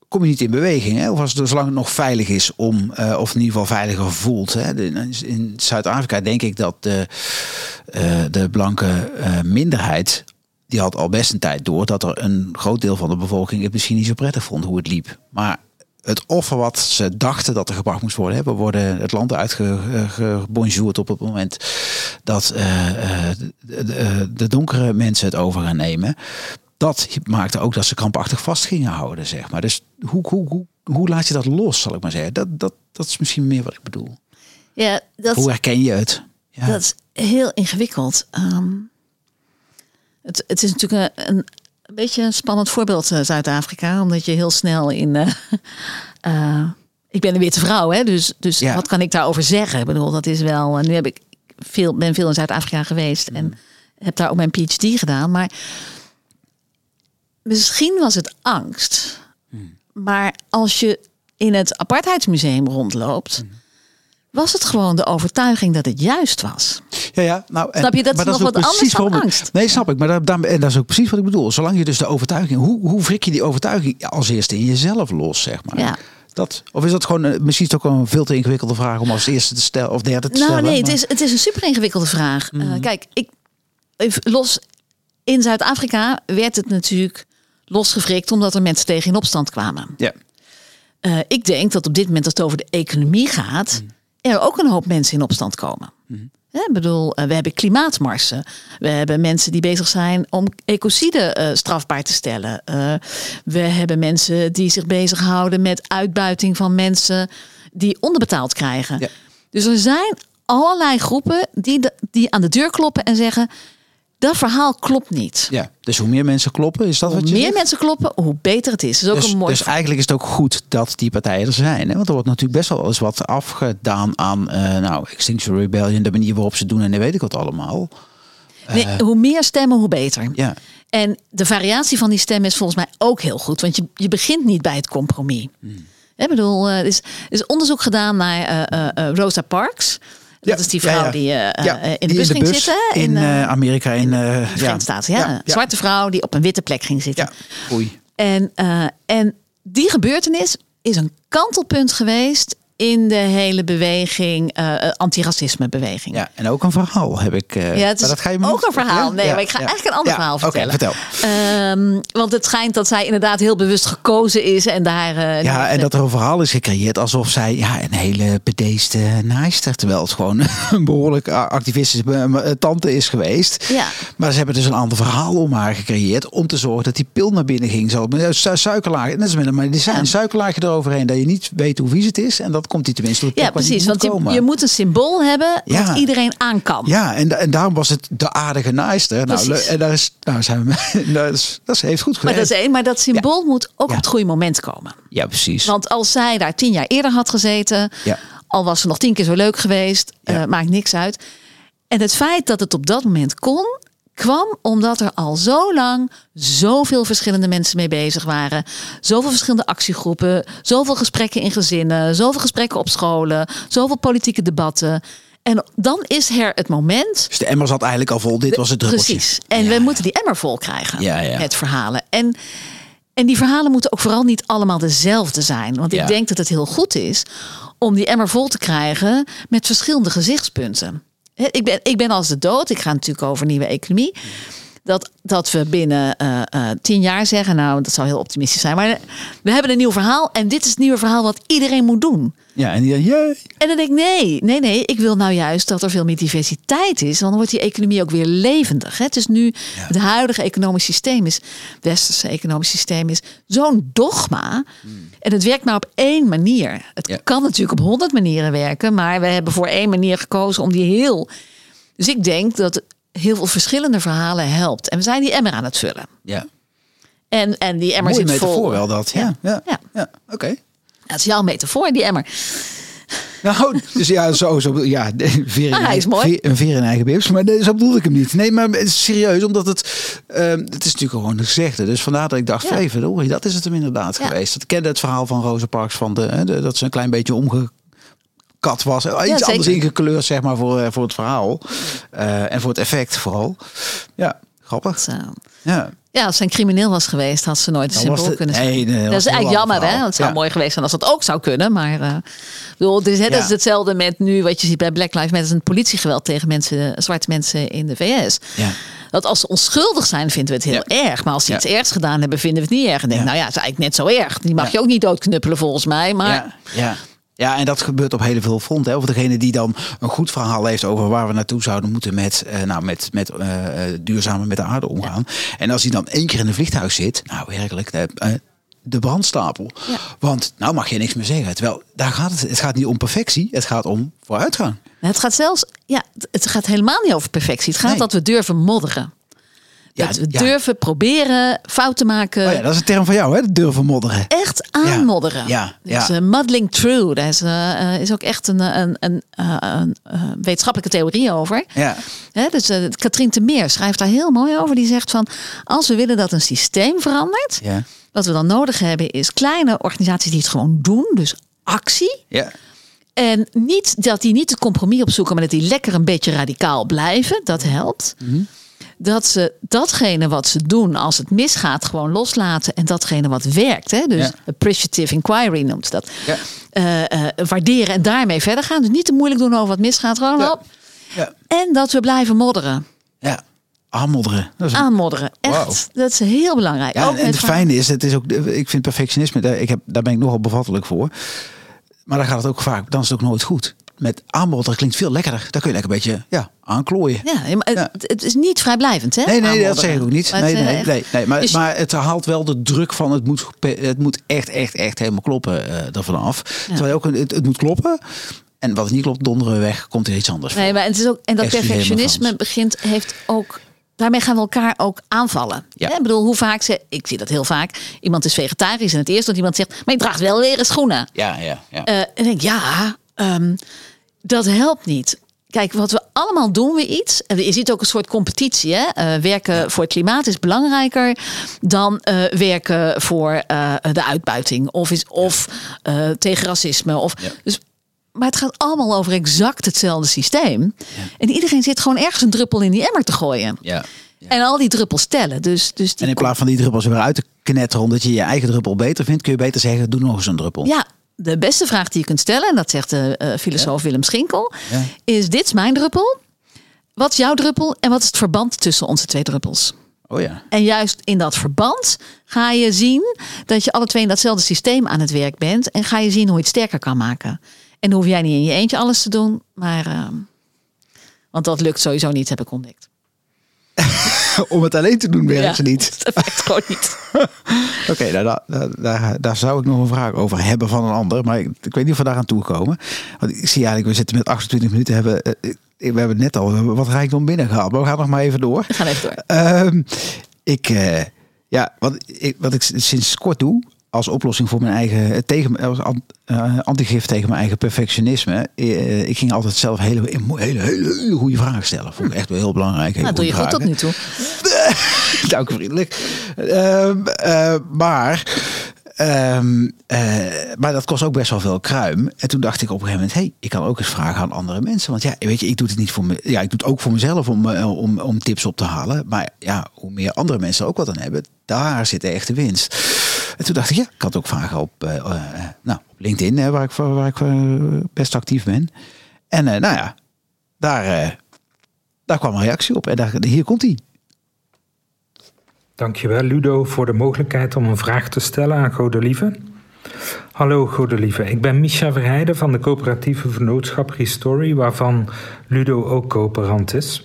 A: kom je niet in beweging. Hè? Of als het, zolang het nog veilig is om, uh, of in ieder geval veiliger voelt. Hè? De, in Zuid-Afrika denk ik dat de, uh, de blanke uh, minderheid, die had al best een tijd door dat er een groot deel van de bevolking het misschien niet zo prettig vond hoe het liep. Maar het offer wat ze dachten dat er gebracht moest worden, hè? We worden het land uitgebonjourd op het moment dat uh, uh, de, de, de donkere mensen het over gaan nemen. Dat maakte ook dat ze krampachtig vast gingen houden, zeg maar. Dus hoe, hoe, hoe, hoe laat je dat los, zal ik maar zeggen? Dat, dat, dat is misschien meer wat ik bedoel.
B: Ja, dat,
A: hoe herken je het? Ja.
B: Dat is heel ingewikkeld. Um, het, het is natuurlijk een, een, een beetje een spannend voorbeeld, uh, Zuid-Afrika. Omdat je heel snel in... Uh, uh, ik ben een witte vrouw, hè, dus, dus ja. Wat kan ik daarover zeggen? Ik bedoel, dat is wel... Nu heb ik veel, ben veel in Zuid-Afrika geweest... Mm. en heb daar ook mijn P H D gedaan, maar... Misschien was het angst. Hmm. Maar als je in het apartheidsmuseum rondloopt... Hmm. was het gewoon de overtuiging dat het juist was.
A: Ja, ja. Nou, en,
B: snap je? Dat
A: maar
B: is nog
A: dat is
B: wat anders dan
A: ik,
B: angst.
A: Nee, snap ik. Maar dat, en dat is ook precies wat ik bedoel. Zolang je dus de overtuiging... Hoe, hoe wrik je die overtuiging als eerste in jezelf los, zeg maar?
B: Ja.
A: Dat, of is dat gewoon... Misschien is het ook een veel te ingewikkelde vraag... om als eerste te stellen of derde te
B: nou,
A: stellen?
B: Nou nee,
A: maar...
B: het is, het is een super ingewikkelde vraag. Hmm. Uh, kijk, ik, even los... In Zuid-Afrika werd het natuurlijk... losgewrikt omdat er mensen tegen in opstand kwamen.
A: Ja.
B: Uh, ik denk dat op dit moment als het over de economie gaat... Mm. er ook een hoop mensen in opstand komen. Mm. Ja, ik bedoel, uh, we hebben klimaatmarsen. We hebben mensen die bezig zijn om ecocide uh, strafbaar te stellen. Uh, we hebben mensen die zich bezighouden met uitbuiting van mensen... die onderbetaald krijgen. Ja. Dus er zijn allerlei groepen die, de, die aan de deur kloppen en zeggen... Dat verhaal klopt niet.
A: Ja, dus hoe meer mensen kloppen, is dat
B: hoe
A: wat je
B: meer
A: zegt?
B: mensen kloppen, hoe beter het is. Dat is ook
A: dus,
B: een mooi
A: dus eigenlijk is het ook goed dat die partijen er zijn. Hè? Want er wordt natuurlijk best wel eens wat afgedaan aan... Uh, nou, Extinction Rebellion, de manier waarop ze het doen... en dan weet ik wat allemaal.
B: Nee, uh, hoe meer stemmen, hoe beter.
A: Ja.
B: En de variatie van die stemmen is volgens mij ook heel goed. Want je, je begint niet bij het compromis. Hmm. Ik bedoel, er is, er is onderzoek gedaan naar uh, uh, Rosa Parks... Dat ja, is die vrouw ja, ja. die uh, ja, in de bus ging zitten.
A: In uh, Amerika. In, uh,
B: in de Verenigde Staten, ja. ja. Zwarte vrouw die op een witte plek ging zitten.
A: Ja. Oei.
B: En, uh, en die gebeurtenis is een kantelpunt geweest... in de hele beweging, uh, antiracisme beweging.
A: Ja, en ook een verhaal heb ik. Uh,
B: ja, het is
A: dat ga je
B: ook een verhaal. Nee,
A: ja,
B: maar ik ga
A: ja.
B: eigenlijk een ander
A: ja,
B: verhaal vertellen.
A: Okay, vertel.
B: Um, want het schijnt dat zij inderdaad heel bewust gekozen is en daar. Uh,
A: ja, en dat er een verhaal is gecreëerd alsof zij ja een hele bedeesde naaister, terwijl het gewoon een behoorlijk activistische tante is geweest.
B: Ja.
A: Maar ze hebben dus een ander verhaal om haar gecreëerd om te zorgen dat die pil naar binnen ging. Zo met su- suikerlaag, net als met een medicijn, ja. suikerlaagje eroverheen, dat je niet weet hoe vies het is en dat komt die tenminste op.
B: Ja, precies, want je, je moet een symbool hebben ja. dat iedereen aan kan.
A: Ja, en, en daarom was het de aardige naaister. Nou, en daar is, nou zijn we, dat, is, dat heeft goed gedaan.
B: Maar dat is één, maar dat symbool ja. moet ook ja. op het goede moment komen.
A: Ja, precies.
B: Want als zij daar tien jaar eerder had gezeten, ja. al was ze nog tien keer zo leuk geweest, ja. uh, maakt niks uit. En het feit dat het op dat moment kon, kwam omdat er al zo lang zoveel verschillende mensen mee bezig waren. Zoveel verschillende actiegroepen, zoveel gesprekken in gezinnen, zoveel gesprekken op scholen, zoveel politieke debatten. En dan is er het moment.
A: Dus de emmer zat eigenlijk al vol, dit was het druppeltje.
B: Precies. En ja, we ja. moeten die emmer vol krijgen
A: ja, ja.
B: met verhalen. En, en die verhalen moeten ook vooral niet allemaal dezelfde zijn. Want ja. ik denk dat het heel goed is om die emmer vol te krijgen met verschillende gezichtspunten. Ik ben, ik ben als de dood. Ik ga natuurlijk over nieuwe economie. Dat, dat we binnen uh, uh, tien jaar zeggen, nou, dat zou heel optimistisch zijn. Maar we hebben een nieuw verhaal en dit is het nieuwe verhaal wat iedereen moet doen.
A: Ja, en, die, yeah.
B: en dan denk ik, nee, nee, nee. Ik wil nou juist dat er veel meer diversiteit is. Want dan wordt die economie ook weer levendig. Hè? Het is nu, ja. het huidige economisch systeem is, het westerse economisch systeem is zo'n dogma. Hmm. En het werkt maar op één manier. Het ja. kan natuurlijk op honderd manieren werken. Maar we hebben voor één manier gekozen om die heel... Dus ik denk dat heel veel verschillende verhalen helpt. En we zijn die emmer aan het vullen.
A: Ja.
B: En, en die emmer
A: Mooie
B: zit vol.
A: metafoor wel dat. Ja, ja, ja. ja. ja. Oké. Okay.
B: Dat is jouw metafoor, die emmer.
A: Nou, dus ja, zo, zo ja, veer
B: ah, hij is mooi.
A: Veer, een veer in eigen bips, maar nee, zo bedoelde ik hem niet. Nee, maar het is serieus, omdat het, uh, het is natuurlijk gewoon een gezegde. Dus vandaar dat ik dacht, ja. even, dat is het hem inderdaad ja. geweest. Ik kende het verhaal van Rosa Parks van de, de dat ze een klein beetje omgekat was, iets ja, anders ingekleurd zeg maar voor, voor het verhaal uh, en voor het effect vooral. Ja. grappig.
B: Dus, uh,
A: ja.
B: ja, als ze een crimineel was geweest, had ze nooit een
A: Dan
B: symbool
A: de,
B: kunnen zijn.
A: Nee, nee,
B: dat is eigenlijk jammer, hè? Het zou
A: ja.
B: mooi geweest zijn als dat ook zou kunnen. Maar uh, bedoel, dus, hè, ja. dat is hetzelfde met nu wat je ziet bij Black Lives Matter. Een politiegeweld tegen mensen, zwarte mensen in de V S.
A: Ja.
B: Dat als ze onschuldig zijn, vinden we het heel ja. erg. Maar als ze ja. iets ergs gedaan hebben, vinden we het niet erg. En denk, ja. nou ja, het is eigenlijk net zo erg. Die mag ja. je ook niet doodknuppelen volgens mij. Maar...
A: Ja, ja. Ja, en dat gebeurt op heel veel fronten. Of degene die dan een goed verhaal heeft over waar we naartoe zouden moeten met, uh, nou, met, met uh, duurzamer met de aarde omgaan. Ja. En als hij dan één keer in een vliegtuig zit, nou werkelijk, de, uh, de brandstapel. Ja. Want nou mag je niks meer zeggen. Terwijl daar gaat het, het gaat niet om perfectie, het gaat om vooruitgang.
B: Het gaat zelfs, ja, het gaat helemaal niet over perfectie. Het gaat nee. dat we durven modderen. Dat ja, we ja. durven proberen, fouten maken.
A: Oh ja, dat is een term van jou, hè? Durven modderen.
B: Echt aanmodderen.
A: Ja, ja,
B: dus, uh, muddling through. Daar is, uh, is ook echt een, een, een, uh, een uh, wetenschappelijke theorie over.
A: Ja.
B: Hè, dus uh, Katrien Termeer schrijft daar heel mooi over. Die zegt van, als we willen dat een systeem verandert...
A: Ja.
B: wat we dan nodig hebben is kleine organisaties die het gewoon doen. Dus actie.
A: Ja.
B: En niet dat die niet het compromis opzoeken... maar dat die lekker een beetje radicaal blijven. Dat helpt. Mm-hmm. Dat ze datgene wat ze doen als het misgaat gewoon loslaten. En datgene wat werkt. Hè? Dus ja. appreciative inquiry noemt ze dat. Ja. Uh, uh, waarderen en daarmee verder gaan. Dus niet te moeilijk doen over wat misgaat. Gewoon ja. op. Ja. En dat we blijven modderen.
A: Ja, aanmodderen. Dat is een...
B: Aanmodderen, echt. Wow. Dat is heel belangrijk.
A: Ja,
B: ook
A: en het fijne is, het is ook, ik vind perfectionisme, daar, ik heb, daar ben ik nogal bevattelijk voor. Maar dan gaat het ook vaak, dan is het ook nooit goed. Met aanmodderen klinkt veel lekkerder. Daar kun je lekker een beetje ja, aanklooien.
B: Ja, maar ja. Het, het is niet vrijblijvend, hè?
A: Nee, nee, dat zeg ik ook niet. Nee, nee,
B: echt...
A: nee, nee. Maar, dus... maar het haalt wel de druk van het moet, het moet echt, echt, echt helemaal kloppen uh, ervan af. Ja. Terwijl ook het, het moet kloppen. En wat niet klopt, donderen we weg, komt er iets anders
B: nee,
A: voor.
B: Maar het is ook, en dat perfectionisme begint, heeft ook... Daarmee gaan we elkaar ook aanvallen. Ja. Ik bedoel, hoe vaak ze... Ik zie dat heel vaak. Iemand is vegetarisch en het eerste dat iemand zegt... maar je draagt wel leren schoenen.
A: Ja, ja, ja.
B: Uh, en denk ik, ja... Um, dat helpt niet. Kijk, wat we allemaal doen we iets. En je ziet ook een soort competitie. Hè? Uh, werken ja. voor het klimaat is belangrijker dan uh, werken voor uh, de uitbuiting. Of, is, of uh, tegen racisme. Of, ja. dus, maar het gaat allemaal over exact hetzelfde systeem. Ja. En iedereen zit gewoon ergens een druppel in die emmer te gooien.
A: Ja. Ja.
B: En al die druppels tellen. Dus, dus die
A: en in plaats van die druppels weer uit te knetteren... omdat je je eigen druppel beter vindt... kun je beter zeggen, doe nog eens een druppel.
B: Ja. De beste vraag die je kunt stellen, en dat zegt de uh, filosoof ja. Willem Schinkel, ja. is: dit is mijn druppel. Wat is jouw druppel? En wat is het verband tussen onze twee druppels?
A: Oh ja.
B: En juist in dat verband ga je zien dat je alle twee in datzelfde systeem aan het werk bent. En ga je zien hoe je het sterker kan maken. En dan hoef jij niet in je eentje alles te doen. Maar, uh, want dat lukt sowieso niet, heb ik ontdekt.
A: Om het alleen te doen werkt
B: ja,
A: ze niet.
B: Dat werkt gewoon niet.
A: Oké, okay, nou, daar, daar, daar, daar zou ik nog een vraag over hebben van een ander. Maar ik, ik weet niet of we daar aan toe komen. Want ik zie eigenlijk, we zitten met achtentwintig minuten. Hebben, we hebben net al wat rijkdom binnengehaald. Maar we gaan nog maar even door.
B: We gaan even door.
A: Um, ik, uh, ja, wat ik, wat ik sinds kort doe... als oplossing voor mijn eigen... tegen als uh, antigif tegen mijn eigen perfectionisme. Uh, ik ging altijd zelf hele, hele, hele, hele goede vragen stellen. Vond ik echt wel heel belangrijk.
B: Nou, doe je goed tot nu toe.
A: Dank u vriendelijk. Uh, uh, maar... Um, uh, maar dat kost ook best wel veel kruim. En toen dacht ik op een gegeven moment... hé, hey, ik kan ook eens vragen aan andere mensen. Want ja, weet je, ik doe het niet voor me. Ja, ik doe het ook voor mezelf om, uh, om, om tips op te halen. Maar ja, hoe meer andere mensen ook wat aan hebben... daar zit de echte winst. En toen dacht ik, ja, ik kan het ook vragen op, uh, uh, nou, op LinkedIn... Uh, waar ik, waar ik uh, best actief ben. En uh, nou ja, daar, uh, daar kwam een reactie op. En daar, hier komt hij.
C: Dankjewel Ludo voor de mogelijkheid om een vraag te stellen aan Godelieve. Hallo Godelieve, ik ben Misha Verheijden van de coöperatieve vennootschap Restory, waarvan Ludo ook coöperant is.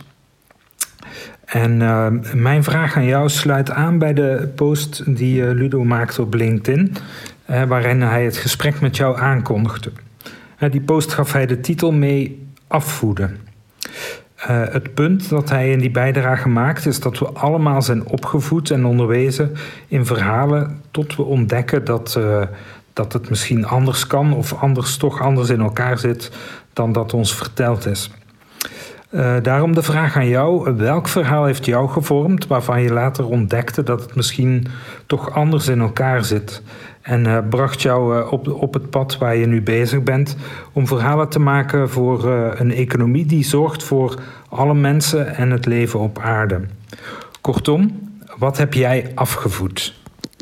C: En uh, mijn vraag aan jou sluit aan bij de post die uh, Ludo maakte op LinkedIn, uh, waarin hij het gesprek met jou aankondigde. Uh, die post gaf hij de titel mee afvoeden. Uh, het punt dat hij in die bijdrage maakt is dat we allemaal zijn opgevoed en onderwezen in verhalen tot we ontdekken dat, uh, dat het misschien anders kan of anders toch anders in elkaar zit dan dat ons verteld is. Uh, daarom de vraag aan jou, welk verhaal heeft jou gevormd waarvan je later ontdekte dat het misschien toch anders in elkaar zit? En uh, bracht jou uh, op, op het pad waar je nu bezig bent om verhalen te maken voor uh, een economie die zorgt voor alle mensen en het leven op aarde. Kortom, wat heb jij afgevoed?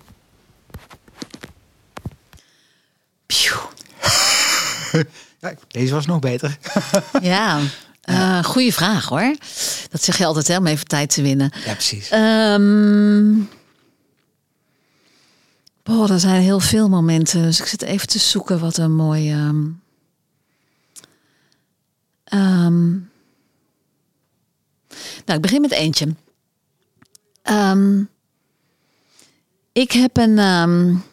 A: Ja, deze was nog beter.
B: Ja, uh, goede vraag hoor. Dat zeg je altijd, hè, om even tijd te winnen.
A: Ja, precies.
B: Um, boah, er zijn heel veel momenten. Dus ik zit even te zoeken wat een mooie... Um, um, nou, ik begin met eentje. Um, ik heb een... Um,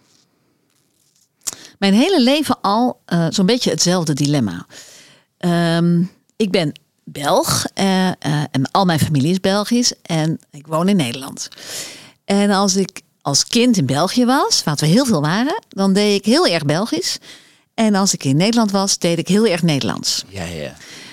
B: mijn hele leven al uh, zo'n beetje hetzelfde dilemma. Um, ik ben Belg uh, uh, en al mijn familie is Belgisch en ik woon in Nederland. En als ik als kind in België was, wat we heel veel waren, dan deed ik heel erg Belgisch. En als ik in Nederland was, deed ik heel erg Nederlands.
A: Ja, ja.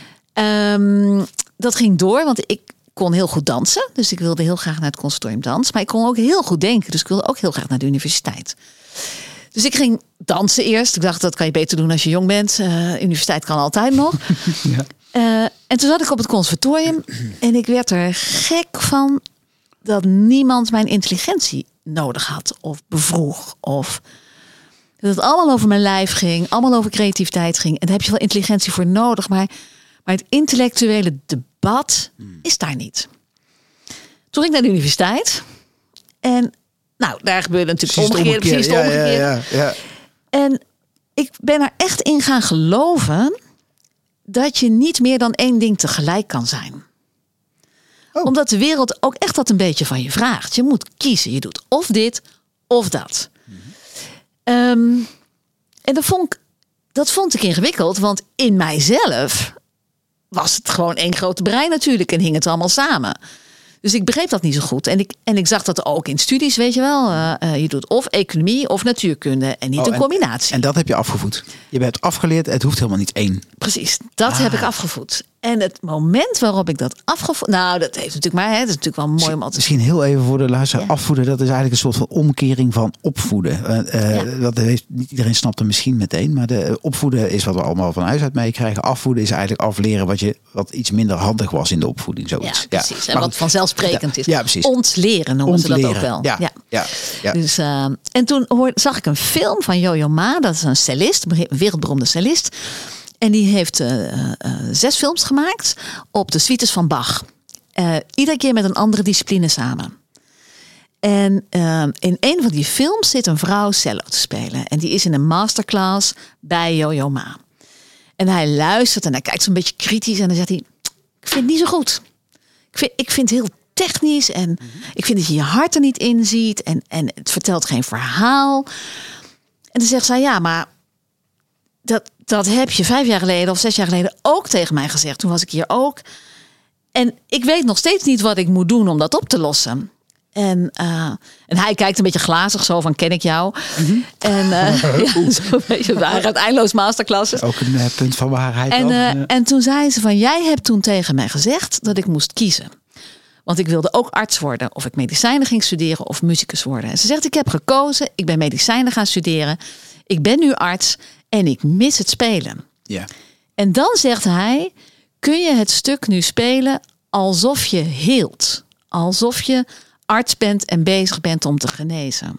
B: Um, dat ging door, want ik kon heel goed dansen. Dus ik wilde heel graag naar het conservatorium dans. Maar ik kon ook heel goed denken, dus ik wilde ook heel graag naar de universiteit. Dus ik ging dansen eerst. Ik dacht, dat kan je beter doen als je jong bent. Uh, universiteit kan altijd nog.
A: Ja.
B: Uh, en toen zat ik op het conservatorium. En ik werd er gek van dat niemand mijn intelligentie nodig had. Of bevroeg. Of dat het allemaal over mijn lijf ging. Allemaal over creativiteit ging. En daar heb je wel intelligentie voor nodig. Maar, maar het intellectuele debat is daar niet. Toen ging ik naar de universiteit. En... Nou, daar gebeurde natuurlijk omgekeerd, precies het omgekeerde. Ja, ja, ja, ja. En ik ben er echt in gaan geloven dat je niet meer dan één ding tegelijk kan zijn. Oh. Omdat de wereld ook echt dat een beetje van je vraagt. Je moet kiezen. Je doet of dit of dat. Mm-hmm. Um, en dat vond, ik, dat vond ik ingewikkeld, want in mijzelf was het gewoon één grote brein natuurlijk en hing het allemaal samen. Dus ik begreep dat niet zo goed. En ik, en ik zag dat ook in studies, weet je wel. Uh, uh, je doet of economie of natuurkunde en niet oh, een
A: en,
B: combinatie.
A: En dat heb je afgevoed. Je bent afgeleerd, het hoeft helemaal niet één.
B: Precies, dat ah. heb ik afgevoed. En het moment waarop ik dat afgevoed... Nou, dat heeft natuurlijk maar... Hè, dat is natuurlijk wel mooi om altijd...
A: Misschien heel even voor de luisteraar. Ja. Afvoeden, dat is eigenlijk een soort van omkering van opvoeden. Uh, uh, ja. Dat heeft, niet iedereen snapt er misschien meteen. Maar de opvoeden is wat we allemaal van huis uit meekrijgen. Afvoeden is eigenlijk afleren wat, je, wat iets minder handig was in de opvoeding. Zoiets.
B: Ja, precies. Ja. En maar, wat vanzelfsprekend is.
A: Ja, precies.
B: Ontleren noemen
A: Ontleren.
B: ze dat ook wel.
A: Ja,
B: ja.
A: ja, ja.
B: Dus, uh, en toen hoorde, zag ik een film van Yo-Yo Ma. Dat is een cellist, een wereldberoemde cellist. En die heeft uh, uh, zes films gemaakt op de suites van Bach. Uh, iedere keer met een andere discipline samen. En uh, in een van die films zit een vrouw cello te spelen. En die is in een masterclass bij Yo-Yo Ma. En hij luistert en hij kijkt zo'n beetje kritisch. En dan zegt hij, ik vind het niet zo goed. Ik vind, ik vind het heel technisch. En mm-hmm. ik vind dat je je hart er niet in ziet. En, en het vertelt geen verhaal. En dan zegt zij, ja, maar... Dat, dat heb je vijf jaar geleden of zes jaar geleden ook tegen mij gezegd. Toen was ik hier ook. En ik weet nog steeds niet wat ik moet doen om dat op te lossen. En, uh, en hij kijkt een beetje glazig zo van, ken ik jou? Mm-hmm. En uh, ja, zo weet je, hij gaat eindeloos masterklassen.
A: Ook een uh, punt van waarheid.
B: En, uh, en toen zei ze van, jij hebt toen tegen mij gezegd dat ik moest kiezen. Want ik wilde ook arts worden. Of ik medicijnen ging studeren of muzikus worden. En ze zegt, ik heb gekozen. Ik ben medicijnen gaan studeren. Ik ben nu arts. En ik mis het spelen.
A: Ja.
B: En dan zegt hij, kun je het stuk nu spelen alsof je heelt. Alsof je arts bent en bezig bent om te genezen.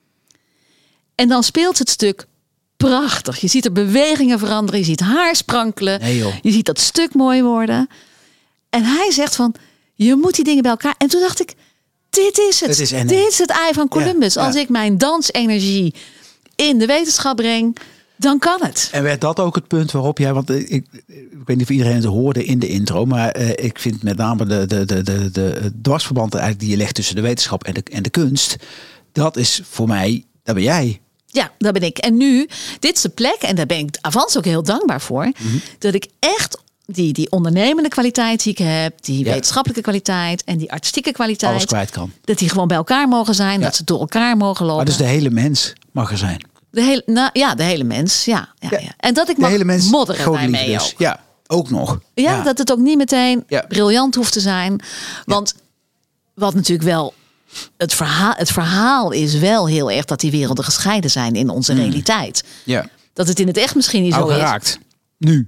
B: En dan speelt het stuk prachtig. Je ziet er bewegingen veranderen. Je ziet haar sprankelen.
A: Nee, joh.
B: Je ziet dat stuk mooi worden. En hij zegt van, je moet die dingen bij elkaar. En toen dacht ik, dit is het.
A: Is dit
B: is het ei van Columbus. Ja, ja. Als ik mijn dansenergie in de wetenschap breng... Dan kan het.
A: En werd dat ook het punt waarop jij, want ik, ik, ik weet niet of iedereen het hoorde in de intro, maar uh, ik vind met name de, de, de, de, de dwarsverband eigenlijk die je legt tussen de wetenschap en de, en de kunst, dat is voor mij, dat ben jij.
B: Ja, dat ben ik. En nu, dit is de plek, en daar ben ik Avans ook heel dankbaar voor, mm-hmm. dat ik echt die, die ondernemende kwaliteit die ik heb, die ja. wetenschappelijke kwaliteit en die artistieke kwaliteit,
A: alles kwijt kan.
B: Dat die gewoon bij elkaar mogen zijn, ja. dat ze door elkaar mogen lopen.
A: Maar dus de hele mens mag er zijn.
B: De hele, nou, ja, de hele mens. Ja, ja, ja. ja. En dat ik mag modderen daarmee dus. ook.
A: Ja, ook nog.
B: Ja,
A: ja,
B: dat het ook niet meteen
A: ja.
B: briljant hoeft te zijn. Want ja. wat natuurlijk wel... Het verhaal, het verhaal is wel heel erg dat die werelden gescheiden zijn in onze mm. realiteit.
A: Ja.
B: Dat het in het echt misschien niet
A: Al
B: zo
A: geraakt. is. Nu.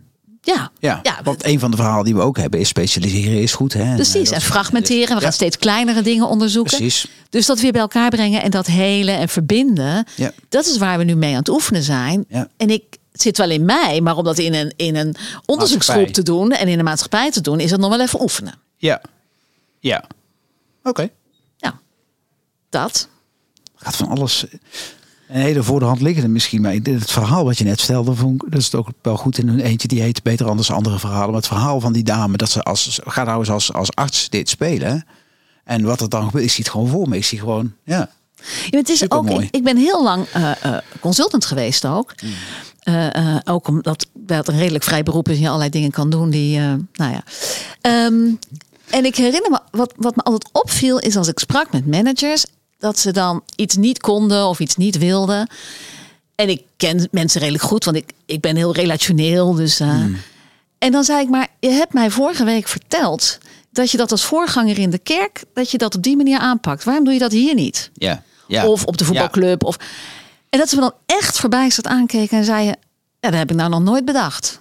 B: Ja,
A: Ja,
B: ja,
A: want een van de verhalen die we ook hebben is specialiseren is goed. Hè?
B: precies. En fragmenteren. We gaan
A: ja.
B: steeds kleinere dingen onderzoeken.
A: Precies.
B: Dus dat weer bij elkaar brengen en dat helen en verbinden.
A: Ja.
B: Dat is waar we nu mee aan het oefenen zijn.
A: Ja.
B: En ik het zit wel in mij, maar om dat in een, in een onderzoeksgroep
A: Maatschappij.
B: te doen en in de maatschappij te doen, is dat nog wel even oefenen.
A: Ja. Ja. Oké. Okay.
B: Ja, dat.
A: Gaat van alles. Een hele voor de hand liggende misschien. Maar het verhaal wat je net stelde, vond ik, dat is ook wel goed in een eentje. Die heet Beter Anders Andere Verhalen. Maar het verhaal van die dame, dat ze als, ga nou eens als, als arts dit spelen. En wat er dan gebeurt, ik zie het gewoon voor me. Ik zie gewoon, ja.
B: Ja, het is ook, ik, ik ben heel lang uh, uh, consultant geweest ook. Mm. Uh, uh, ook omdat dat een redelijk vrij beroep is en je allerlei dingen kan doen die, uh, nou ja. Um, en ik herinner me, wat, wat me altijd opviel is als ik sprak met managers, dat ze dan iets niet konden of iets niet wilden. En ik ken mensen redelijk goed, want ik, ik ben heel relationeel. Dus, uh, mm. En dan zei ik, maar je hebt mij vorige week verteld dat je dat als voorganger in de kerk, dat je dat op die manier aanpakt. Waarom doe je dat hier niet?
A: Ja. Ja.
B: Of op de voetbalclub. Ja. Of... En dat ze me dan echt verbijsterd aankeken en zeiden, ja, dat heb ik nou nog nooit bedacht.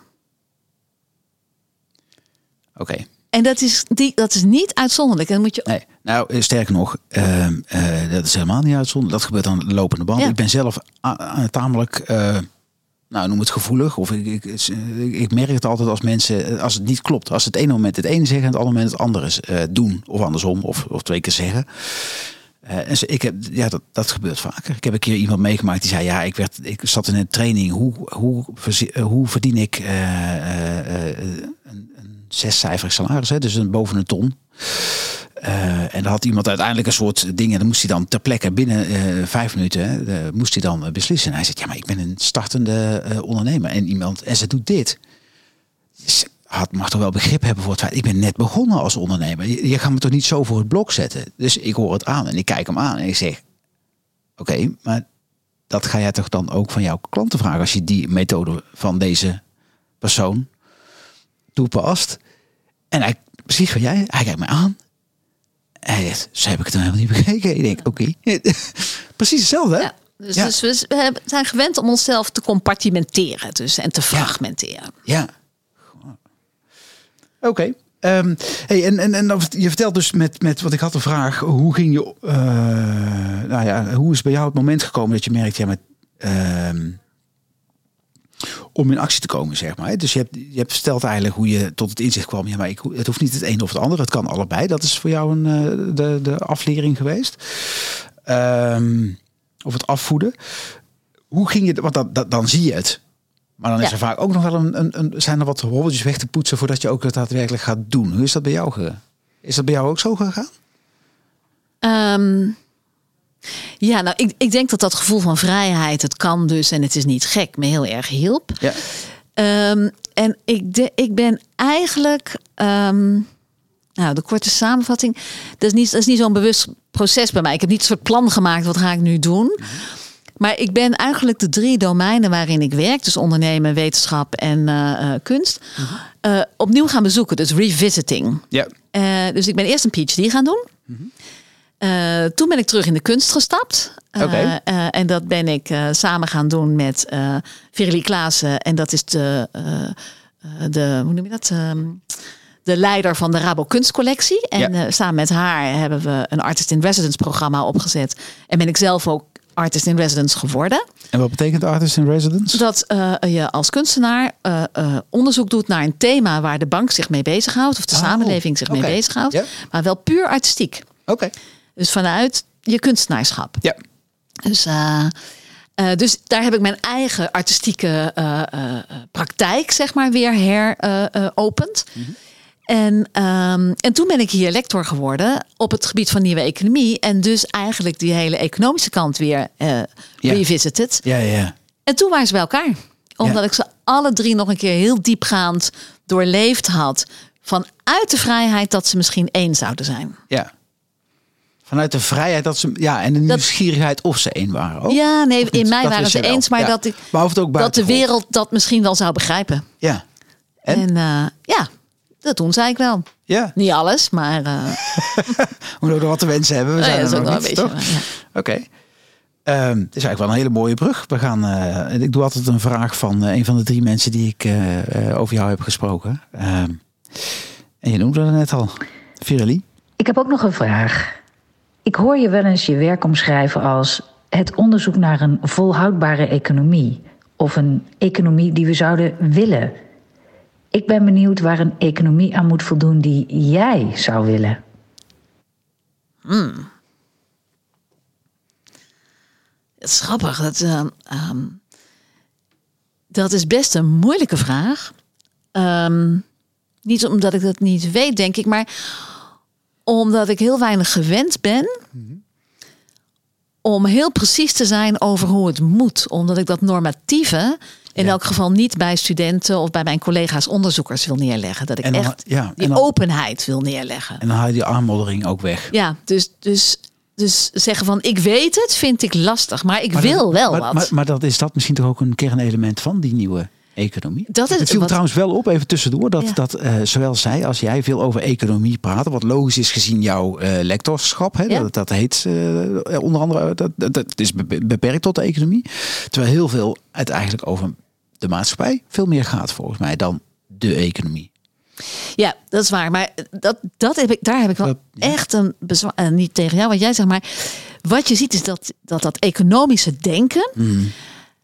A: Oké. Okay.
B: En dat is, die, dat is niet uitzonderlijk. En dan moet je...
A: Nee, nou, sterker nog, uh, uh, dat is helemaal niet uitzonderlijk. Dat gebeurt aan de lopende band. Ja. Ik ben zelf a- a- tamelijk, uh, nou, noem het gevoelig. Of ik, ik, ik merk het altijd als mensen, als het niet klopt. Als het ene moment het ene zeggen en het andere moment het andere uh, doen. Of andersom, of, of twee keer zeggen. Uh, en ik heb, ja, dat, dat gebeurt vaker. Ik heb een keer iemand meegemaakt die zei, ja, ik werd, ik zat in een training. Hoe, hoe, hoe verdien ik uh, uh, uh, een, een zescijferig salaris, hè? Dus een boven een ton. Uh, en dan had iemand uiteindelijk een soort dingen. Dan moest hij dan ter plekke binnen uh, vijf minuten hè, uh, moest hij dan uh, beslissen. En hij zegt, ja, maar ik ben een startende uh, ondernemer en iemand en ze doet dit. Dus, had, mag toch wel begrip hebben voor het feit. Ik ben net begonnen als ondernemer. Je, je gaat me toch niet zo voor het blok zetten. Dus ik hoor het aan en ik kijk hem aan en ik zeg, oké, okay, maar dat ga jij toch dan ook van jouw klanten vragen als je die methode van deze persoon toepast. En hij, precies wat jij, hij kijkt me aan. En hij zegt, zo heb ik het dan helemaal niet bekeken. Ik denk, oké, okay. Precies hetzelfde, hè? Ja,
B: dus,
A: ja.
B: dus we zijn gewend om onszelf te compartimenteren dus, en te fragmenteren.
A: Ja. ja. Oké. Okay. Um, hey, en, en, en je vertelt dus met, met wat ik had de vraag, hoe ging je, uh, nou ja, hoe is bij jou het moment gekomen dat je merkt, ja, met, uh, om in actie te komen, zeg maar. Dus je hebt, je hebt verteld eigenlijk hoe je tot het inzicht kwam, ja, maar ik, het hoeft niet het een of het ander, het kan allebei. Dat is voor jou een, uh, de, de aflering geweest. Um, of het afvoeden. Hoe ging je, want dat, dat, dan zie je het. Maar dan is ja. er vaak ook nog wel een, een, een, zijn er wat hobbeltjes weg te poetsen voordat je ook het daadwerkelijk gaat doen. Hoe is dat bij jou gegaan? Is dat bij jou ook zo gegaan?
B: Um, ja, nou, ik, ik denk dat dat gevoel van vrijheid, het kan dus en het is niet gek, me heel erg hielp.
A: Ja.
B: Um, en ik, de, ik ben eigenlijk, um, nou, de korte samenvatting, dat is niet, dat is niet zo'n bewust proces bij mij. Ik heb niet een soort plan gemaakt, wat ga ik nu doen? Mm-hmm. Maar ik ben eigenlijk de drie domeinen waarin ik werk, dus ondernemen, wetenschap en uh, kunst, mm-hmm. uh, opnieuw gaan bezoeken. Dus revisiting.
A: Ja.
B: Uh, dus ik ben eerst een PhD gaan doen. Mm-hmm. Uh, toen ben ik terug in de kunst gestapt. Uh,
A: okay.
B: uh, en dat ben ik uh, samen gaan doen met uh, Verelie Klaassen. En dat is de, uh, de hoe noem je dat? Uh, de leider van de Rabo Kunstcollectie. En ja. uh, samen met haar hebben we een Artist in Residence programma opgezet. En ben ik zelf ook Artist in Residence geworden.
A: En wat betekent Artist in Residence?
B: Dat uh, je als kunstenaar uh, uh, onderzoek doet naar een thema waar de bank zich mee bezighoudt. Of de oh, samenleving zich okay. mee bezighoudt. Yeah. Maar wel puur artistiek.
A: Oké. Okay.
B: Dus vanuit je kunstenaarschap.
A: Ja.
B: Dus, uh, uh, dus daar heb ik mijn eigen artistieke uh, uh, praktijk, zeg maar, weer heropend. Uh, uh, mm-hmm. En, um, en toen ben ik hier lector geworden op het gebied van nieuwe economie. En dus eigenlijk die hele economische kant weer uh, ja. revisited.
A: Ja, ja.
B: En toen waren ze bij elkaar. Omdat ja. ik ze alle drie nog een keer heel diepgaand doorleefd had. Vanuit de vrijheid dat ze misschien één zouden zijn.
A: Ja. Vanuit de vrijheid dat ze, ja, en de nieuwsgierigheid of ze één waren ook.
B: Ja, nee, in mij dat waren ze eens, maar ja. dat ik
A: maar het ook
B: dat de wereld dat misschien wel zou begrijpen.
A: Ja.
B: En, en uh, ja, dat doen zij ik wel.
A: Ja.
B: Niet alles, maar uh...
A: we moeten er wat te wensen hebben. We zijn
B: oh, ja,
A: er nog
B: wel
A: niet,
B: een beetje. Ja.
A: Oké. Okay. Uh, het is eigenlijk wel een hele mooie brug. We gaan, uh, ik doe altijd een vraag van uh, een van de drie mensen die ik uh, uh, over jou heb gesproken. Uh, en je noemde het net al. Viralie.
D: Ik heb ook nog een vraag. Ik hoor je wel eens je werk omschrijven als het onderzoek naar een volhoudbare economie. Of een economie die we zouden willen. Ik ben benieuwd waar een economie aan moet voldoen die jij zou willen.
B: Hmm. Het is grappig. Dat, uh, um, dat is best een moeilijke vraag. Um, niet omdat ik dat niet weet, denk ik, maar omdat ik heel weinig gewend ben mm-hmm. om heel precies te zijn over hoe het moet. Omdat ik dat normatieve in ja. elk geval niet bij studenten of bij mijn collega's onderzoekers wil neerleggen. Dat ik dan, echt ja, die dan, openheid wil neerleggen.
A: En dan haal je die aanmoddering ook weg.
B: Ja, dus... dus Dus zeggen van ik weet het, vind ik lastig. Maar ik maar wil
A: dat,
B: wel
A: maar,
B: wat.
A: Maar, maar dat is dat misschien toch ook een kernelement van die nieuwe economie?
B: Dat is
A: het viel
B: wat... trouwens
A: wel op, even tussendoor, dat, ja. dat uh, zowel zij als jij veel over economie praten. Wat logisch is gezien jouw uh, lectorschap. Hè? Ja. Dat, dat heet uh, onder andere, dat, dat, dat is beperkt tot de economie. Terwijl heel veel het eigenlijk over de maatschappij veel meer gaat volgens mij dan de economie.
B: Ja, dat is waar. Maar dat, dat heb ik, daar heb ik wel uh, ja. echt een bezwaar. Uh, niet tegen jou, wat jij zegt. Maar wat je ziet is dat dat, dat economische denken mm.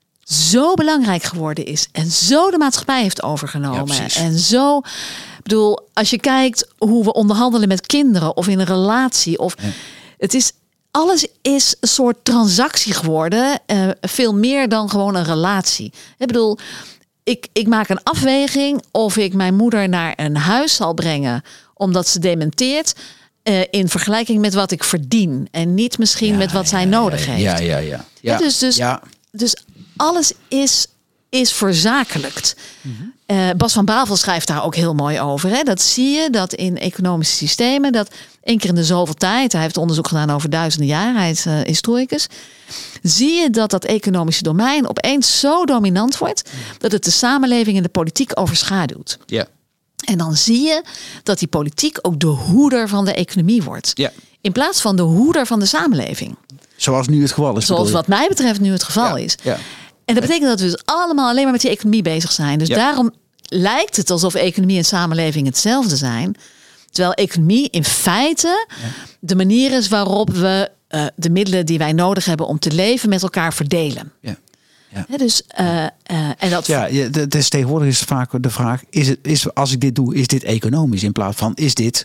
B: zo belangrijk geworden is. En zo de maatschappij heeft overgenomen. Ja, en zo, ik bedoel, als je kijkt hoe we onderhandelen met kinderen of in een relatie. Of ja. het is, alles is een soort transactie geworden. Uh, veel meer dan gewoon een relatie. Ik bedoel... Ik, ik maak een afweging of ik mijn moeder naar een huis zal brengen omdat ze dementeert uh, in vergelijking met wat ik verdien en niet misschien ja, met wat ja, zij nodig heeft.
A: Ja, ja, ja. ja.
B: ja dus, dus,
A: ja.
B: dus alles is, is verzakelijkt. Mm-hmm. Uh, Bas van Bavel schrijft daar ook heel mooi over. Hè? Dat zie je, dat in economische systemen, dat één keer in de zoveel tijd, hij heeft onderzoek gedaan over duizenden jaar, hij is uh, historicus, zie je dat dat economische domein opeens zo dominant wordt dat het de samenleving en de politiek overschaduwt.
A: Ja.
B: En dan zie je dat die politiek ook de hoeder van de economie wordt.
A: Ja.
B: In plaats van de hoeder van de samenleving.
A: Zoals nu het geval is.
B: Zoals wat mij betreft nu het geval
A: ja.
B: is.
A: Ja.
B: En dat betekent dat we dus allemaal alleen maar met die economie bezig zijn. Dus ja. daarom lijkt het alsof economie en samenleving hetzelfde zijn. Terwijl economie in feite ja. de manier is waarop we uh, de middelen die wij nodig hebben om te leven met elkaar verdelen.
A: Ja. Ja.
B: Ja, dus, uh, uh, en dat...
A: ja, het is tegenwoordig is vaak de vraag, is het, is, als ik dit doe, is dit economisch? In plaats van, is dit...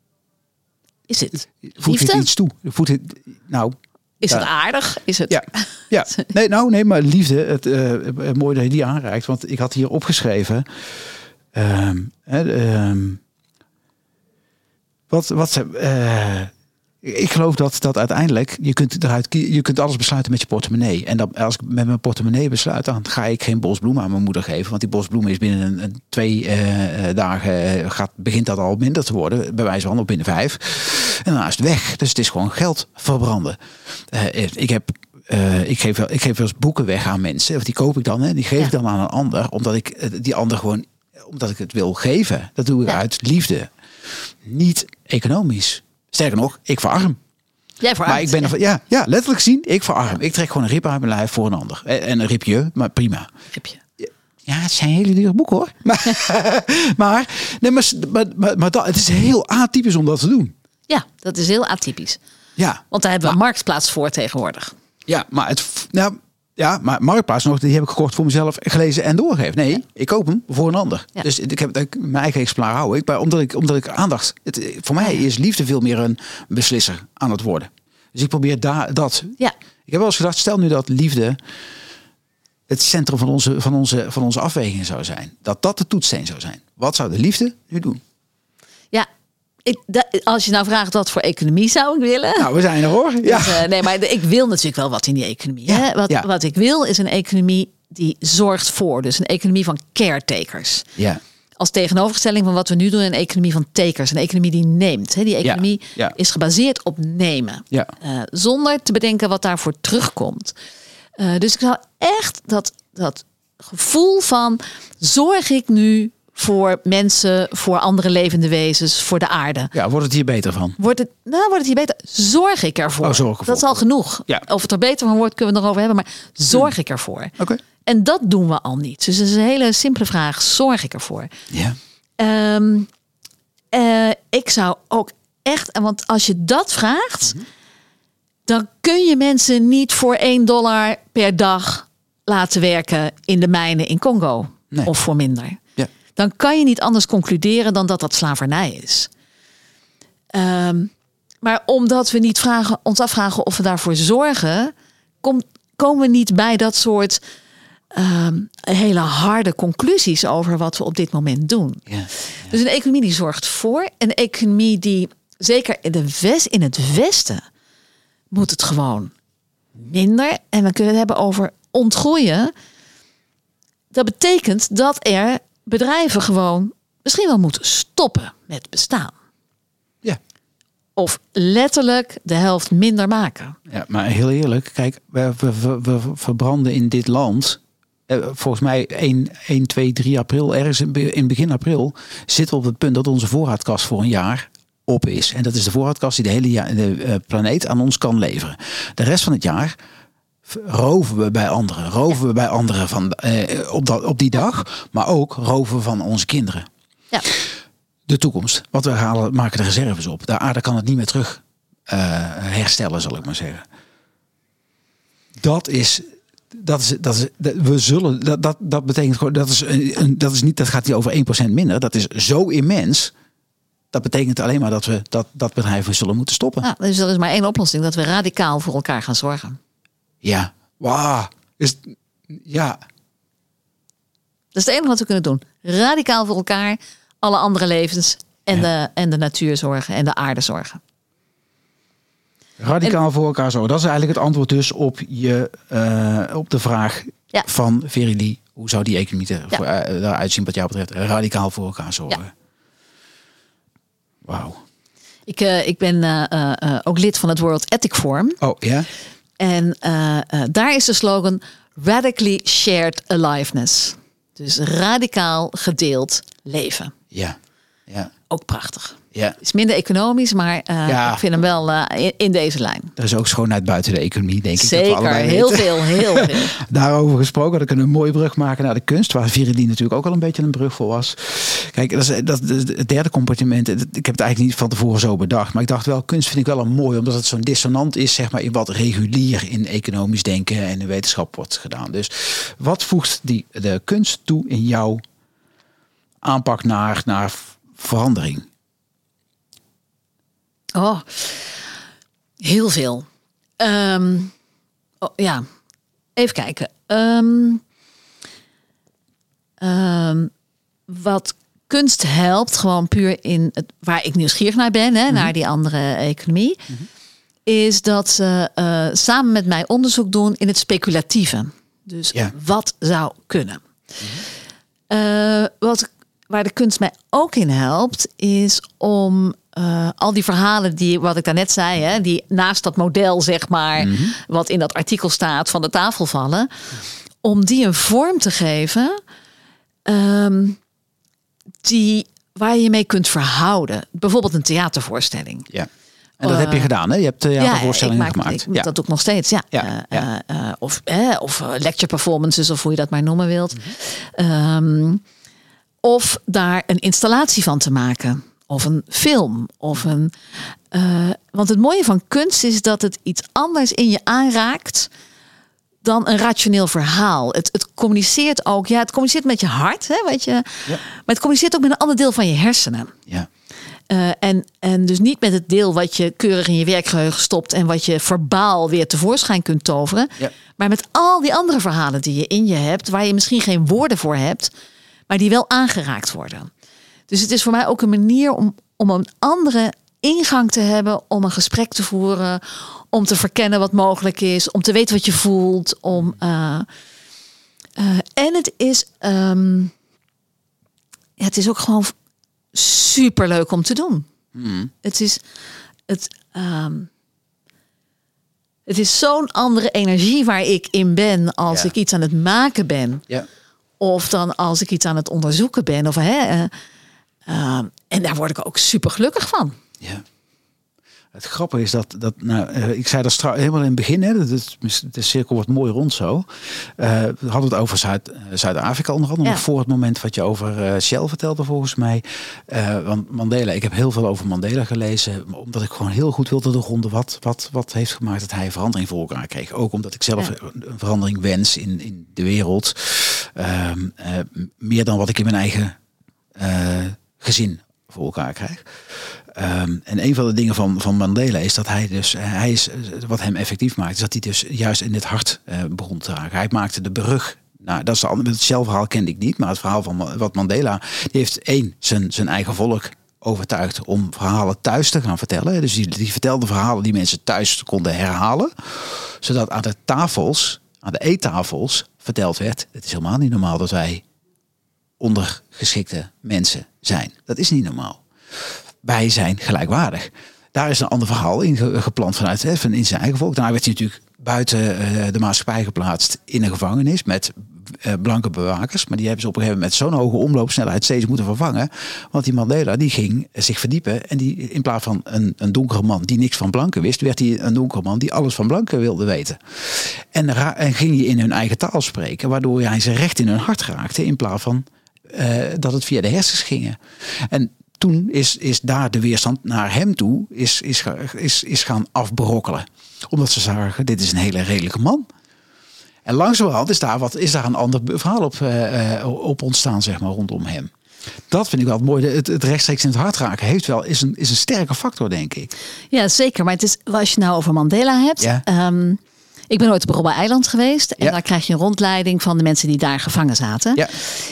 B: Is het
A: voegt dit iets toe? Voegt het, nou...
B: Is het aardig? Is het...
A: Ja, ja. Nee, nou, nee, maar liefde, het, uh, mooi dat je die aanreikt. Want ik had hier opgeschreven... Um, um, wat... wat uh, ik geloof dat, dat uiteindelijk... Je kunt, eruit, je kunt alles besluiten met je portemonnee. En dat, als ik met mijn portemonnee besluit... dan ga ik geen bos bloemen aan mijn moeder geven. Want die bos bloemen is binnen een, een twee uh, dagen... Gaat, begint dat al minder te worden. Bij wijze van op binnen vijf. En dan is het weg. Dus het is gewoon geld verbranden. Uh, ik heb... Uh, ik, geef wel, ik geef wel eens boeken weg aan mensen. Of die koop ik dan. Hè. Die geef ja. ik dan aan een ander. Omdat ik uh, die ander gewoon... Omdat ik het wil geven. Dat doe ik ja. uit liefde. Niet economisch. Sterker nog, ik verarm.
B: Jij verarmt.
A: Maar ik ben er, ja, ja, letterlijk zien, ik verarm. Ik trek gewoon een rip uit mijn lijf voor een ander. En een ripje, maar prima.
B: Ripje.
A: Ja, het zijn hele dure boeken hoor. Maar, maar, nee, maar, maar, maar, maar dat, het is heel atypisch om dat te doen.
B: Ja, dat is heel atypisch.
A: Ja.
B: Want daar hebben we
A: maar,
B: een marktplaats voor tegenwoordig.
A: Ja, maar het... Nou, Ja, maar Marktplaats nog, die heb ik gekocht voor mezelf, gelezen en doorgegeven. Nee, ja. ik koop hem voor een ander. Ja. Dus ik heb ik, mijn eigen exemplaar houden. Ik, omdat ik, omdat ik aandacht. Het, voor mij is liefde veel meer een beslisser aan het worden. Dus ik probeer daar dat.
B: Ja.
A: Ik heb wel eens gedacht, stel nu dat liefde het centrum van onze, van onze, van onze afwegingen zou zijn. Dat dat de toetssteen zou zijn. Wat zou de liefde nu doen?
B: Ja. Ik, dat, als je nou vraagt wat voor economie zou ik willen.
A: Nou, we zijn er hoor. Ja.
B: Dus, uh, nee, maar ik wil natuurlijk wel wat in die economie.
A: Ja,
B: hè? Wat,
A: ja.
B: wat ik wil is een economie die zorgt voor. Dus een economie van caretakers.
A: Ja.
B: Als tegenoverstelling van wat we nu doen, een economie van takers. Een economie die neemt. Hè? Die economie
A: ja, ja.
B: is gebaseerd op nemen.
A: Ja.
B: Uh, zonder te bedenken wat daarvoor terugkomt. Uh, dus ik zou echt dat, dat gevoel van... zorg ik nu voor mensen, voor andere levende wezens, voor de aarde.
A: Ja, wordt het hier beter van?
B: Wordt het, nou, wordt het hier beter? Zorg ik ervoor.
A: Oh, zorg ervoor.
B: Dat is al genoeg.
A: Ja.
B: Of het er beter van wordt, kunnen we het nog over hebben. Maar zorg
A: Hmm.
B: ik ervoor?
A: Oké. Okay.
B: En dat doen we al niet. Dus dat is een hele simpele vraag. Zorg ik ervoor?
A: Ja.
B: Um, uh, ik zou ook echt... Want als je dat vraagt... Mm-hmm. Dan kun je mensen niet voor één dollar per dag laten werken in de mijnen in Congo. Nee. Of voor minder.
A: Ja.
B: Dan kan je niet anders concluderen dan dat dat slavernij is. Um, maar omdat we niet vragen, ons afvragen of we daarvoor zorgen... Kom, komen we niet bij dat soort um, hele harde conclusies over wat we op dit moment doen.
A: Ja. Ja.
B: Dus een economie die zorgt voor. Een economie die, zeker in, de west, in het Westen... moet het gewoon minder. En we kunnen het hebben over ontgroeien. Dat betekent dat er bedrijven gewoon misschien wel moeten stoppen met bestaan.
A: Ja.
B: Of letterlijk de helft minder maken.
A: Ja, maar heel eerlijk, kijk, we, we, we, we verbranden in dit land... Eh, volgens mij één, twee, drie april, ergens in begin april... zitten we op het punt dat onze voorraadkast voor een jaar... op is. En dat is de voorraadkast die de hele ja- de, uh, planeet aan ons kan leveren. De rest van het jaar roven we bij anderen. Roven we bij anderen van, uh, op, dat, op die dag. Maar ook roven we van onze kinderen.
B: Ja.
A: De toekomst. Wat we halen, maken de reserves op. De aarde kan het niet meer terug uh, herstellen, zal ik maar zeggen. Dat is... Dat is, dat is, we zullen, dat, dat, dat betekent gewoon, dat is, een, dat is niet, dat gaat niet over één procent minder. Dat is zo immens. Dat betekent alleen maar dat we dat, dat bedrijven zullen moeten stoppen.
B: Ja, dus er is maar één oplossing. Dat we radicaal voor elkaar gaan zorgen.
A: Ja. Wauw. Is, ja.
B: Dat is het enige wat we kunnen doen. Radicaal voor elkaar. Alle andere levens. En, ja. de, en de natuur zorgen. En de aarde zorgen.
A: Radicaal en, voor elkaar zorgen. Dat is eigenlijk het antwoord dus op, je, uh, op de vraag ja. van Verily. Hoe zou die economie er, ja. voor, uh, eruit zien wat jou betreft? Radicaal voor elkaar zorgen. Ja. Wauw.
B: Ik, uh, ik ben uh, uh, ook lid van het World Ethic Forum.
A: Oh, ja?
B: En uh, uh, daar is de slogan Radically Shared Aliveness. Dus radicaal gedeeld leven.
A: Ja. Ja.
B: Ook prachtig.
A: Ja.
B: Is minder economisch, maar uh, ja. ik vind hem wel uh, in, in deze lijn.
A: Er is ook schoonheid buiten de economie, denk ik.
B: Zeker,
A: dat we
B: heel veel, heel veel.
A: Daarover gesproken, dan kunnen we een mooie brug maken naar de kunst, waar Verily natuurlijk ook al een beetje een brug voor was. Kijk, dat is, dat is het derde compartiment. Ik heb het eigenlijk niet van tevoren zo bedacht, maar ik dacht wel, kunst vind ik wel een mooi, omdat het zo'n dissonant is, zeg maar, in wat regulier in economisch denken en in wetenschap wordt gedaan. Dus wat voegt die, de kunst toe in jouw aanpak naar, naar verandering?
B: Oh, heel veel. Um, oh, ja, even kijken. Um, um, wat kunst helpt, gewoon puur in het, waar ik nieuwsgierig naar ben, hè, mm-hmm. naar die andere economie, mm-hmm. is dat ze uh, samen met mij onderzoek doen in het speculatieve. Dus ja. wat zou kunnen. Mm-hmm. Uh, wat, waar de kunst mij ook in helpt, is om Uh, al die verhalen die, wat ik daarnet zei, hè, die naast dat model, zeg maar, mm-hmm. wat in dat artikel staat, van de tafel vallen, om die een vorm te geven um, die, waar je mee kunt verhouden. Bijvoorbeeld een theatervoorstelling.
A: Ja. En dat uh, heb je gedaan, hè? Je hebt theatervoorstellingen
B: ja,
A: gemaakt.
B: Ik, ja. Dat doe ik nog steeds, ja. ja, ja. Uh, uh, of uh, of lecture performances, of hoe je dat maar noemen wilt. Mm-hmm. Um, of daar een installatie van te maken. Of een film. Of een, uh, want het mooie van kunst is dat het iets anders in je aanraakt dan een rationeel verhaal. Het, het communiceert ook. Ja, het communiceert met je hart. Hè, weet je, ja. Maar het communiceert ook met een ander deel van je hersenen.
A: Ja.
B: Uh, en, en dus niet met het deel wat je keurig in je werkgeheugen stopt en wat je verbaal weer tevoorschijn kunt toveren. Ja. Maar met al die andere verhalen die je in je hebt, waar je misschien geen woorden voor hebt, maar die wel aangeraakt worden. Dus het is voor mij ook een manier om, om een andere ingang te hebben, om een gesprek te voeren, om te verkennen wat mogelijk is, om te weten wat je voelt. Om, uh, uh, en het is, um, ja, het is ook gewoon super leuk om te doen. Mm. Het is, het, um, het is zo'n andere energie waar ik in ben als ja. ik iets aan het maken ben.
A: Ja.
B: Of dan als ik iets aan het onderzoeken ben. Of, hè, uh, uh, en daar word ik ook super gelukkig van.
A: Ja. Het grappige is dat, dat nou, uh, ik zei dat straks helemaal in het begin, hè, dat het, de cirkel wordt mooi rond zo. Uh, we hadden het over Zuid, uh, Zuid-Afrika onder andere, ja. nog voor het moment wat je over uh, Shell vertelde volgens mij. Uh, want Mandela, ik heb heel veel over Mandela gelezen, omdat ik gewoon heel goed wilde doorgronden wat, wat, wat heeft gemaakt dat hij verandering voor elkaar kreeg. Ook omdat ik zelf ja. een verandering wens in, in de wereld. Uh, uh, meer dan wat ik in mijn eigen uh, gezin voor elkaar krijg. Um, en een van de dingen van, van Mandela is dat hij dus, hij is, wat hem effectief maakt, is dat hij dus juist in het hart uh, begon te raken. Hij maakte de brug. Nou, dat is de, het zelfverhaal kende ik niet, maar het verhaal van wat Mandela, die heeft één, zijn, zijn eigen volk overtuigd om verhalen thuis te gaan vertellen. Dus die, die vertelde verhalen die mensen thuis konden herhalen, zodat aan de tafels, aan de eettafels verteld werd, het is helemaal niet normaal dat wij ondergeschikte mensen zijn. Dat is niet normaal. Wij zijn gelijkwaardig. Daar is een ander verhaal in geplant vanuit hè, van in zijn eigen volk. Daarna werd hij natuurlijk buiten uh, de maatschappij geplaatst in een gevangenis met uh, blanke bewakers. Maar die hebben ze op een gegeven moment zo'n hoge omloopsnelheid steeds moeten vervangen. Want die Mandela die ging zich verdiepen. En die in plaats van een, een donkere man die niks van blanken wist, werd hij een donkere man die alles van blanken wilde weten. En, ra- en ging hij in hun eigen taal spreken, waardoor hij ze recht in hun hart raakte in plaats van uh, dat het via de hersens ging. En toen is, is daar de weerstand naar hem toe is, is, is, is gaan afbrokkelen. Omdat ze zagen, dit is een hele redelijke man. En langzamerhand is daar, wat, is daar een ander verhaal op, uh, op ontstaan, zeg maar, rondom hem. Dat vind ik wel mooi. Het, het rechtstreeks in het hart raken heeft wel, is, een, is een sterke factor, denk ik.
B: Ja, zeker. Maar het is, als je nou over Mandela hebt. Ja. Um, ik ben ooit op Robben-eiland geweest. En ja. daar krijg je een rondleiding van de mensen die daar gevangen zaten. Ja.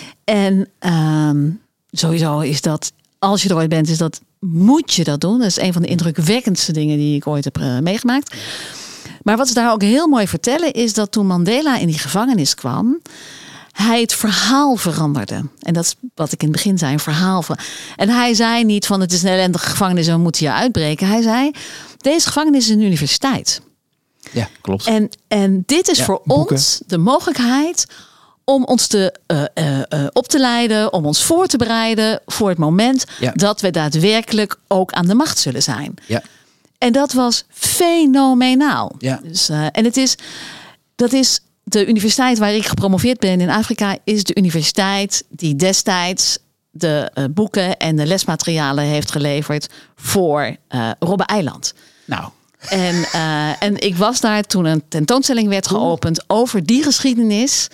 B: En um, sowieso is dat, als je er ooit bent, is dat, moet je dat doen. Dat is een van de indrukwekkendste dingen die ik ooit heb uh, meegemaakt. Maar wat ze daar ook heel mooi vertellen, is dat toen Mandela in die gevangenis kwam, hij het verhaal veranderde. En dat is wat ik in het begin zei, een verhaal. Van. En hij zei niet van, het is een ellendige gevangenis en we moeten hier uitbreken. Hij zei, deze gevangenis is een universiteit.
A: Ja, klopt.
B: En, en dit is ja, voor boeken. ons de mogelijkheid om ons te, uh, uh, uh, op te leiden, om ons voor te bereiden voor het moment ja. dat we daadwerkelijk ook aan de macht zullen zijn. Ja. En dat was fenomenaal. Ja. Dus, uh, en het is, dat is de universiteit waar ik gepromoveerd ben in Afrika, is de universiteit die destijds de uh, boeken en de lesmaterialen heeft geleverd voor uh, Robben-eiland.
A: Nou.
B: En, uh, en ik was daar toen een tentoonstelling werd geopend over die geschiedenis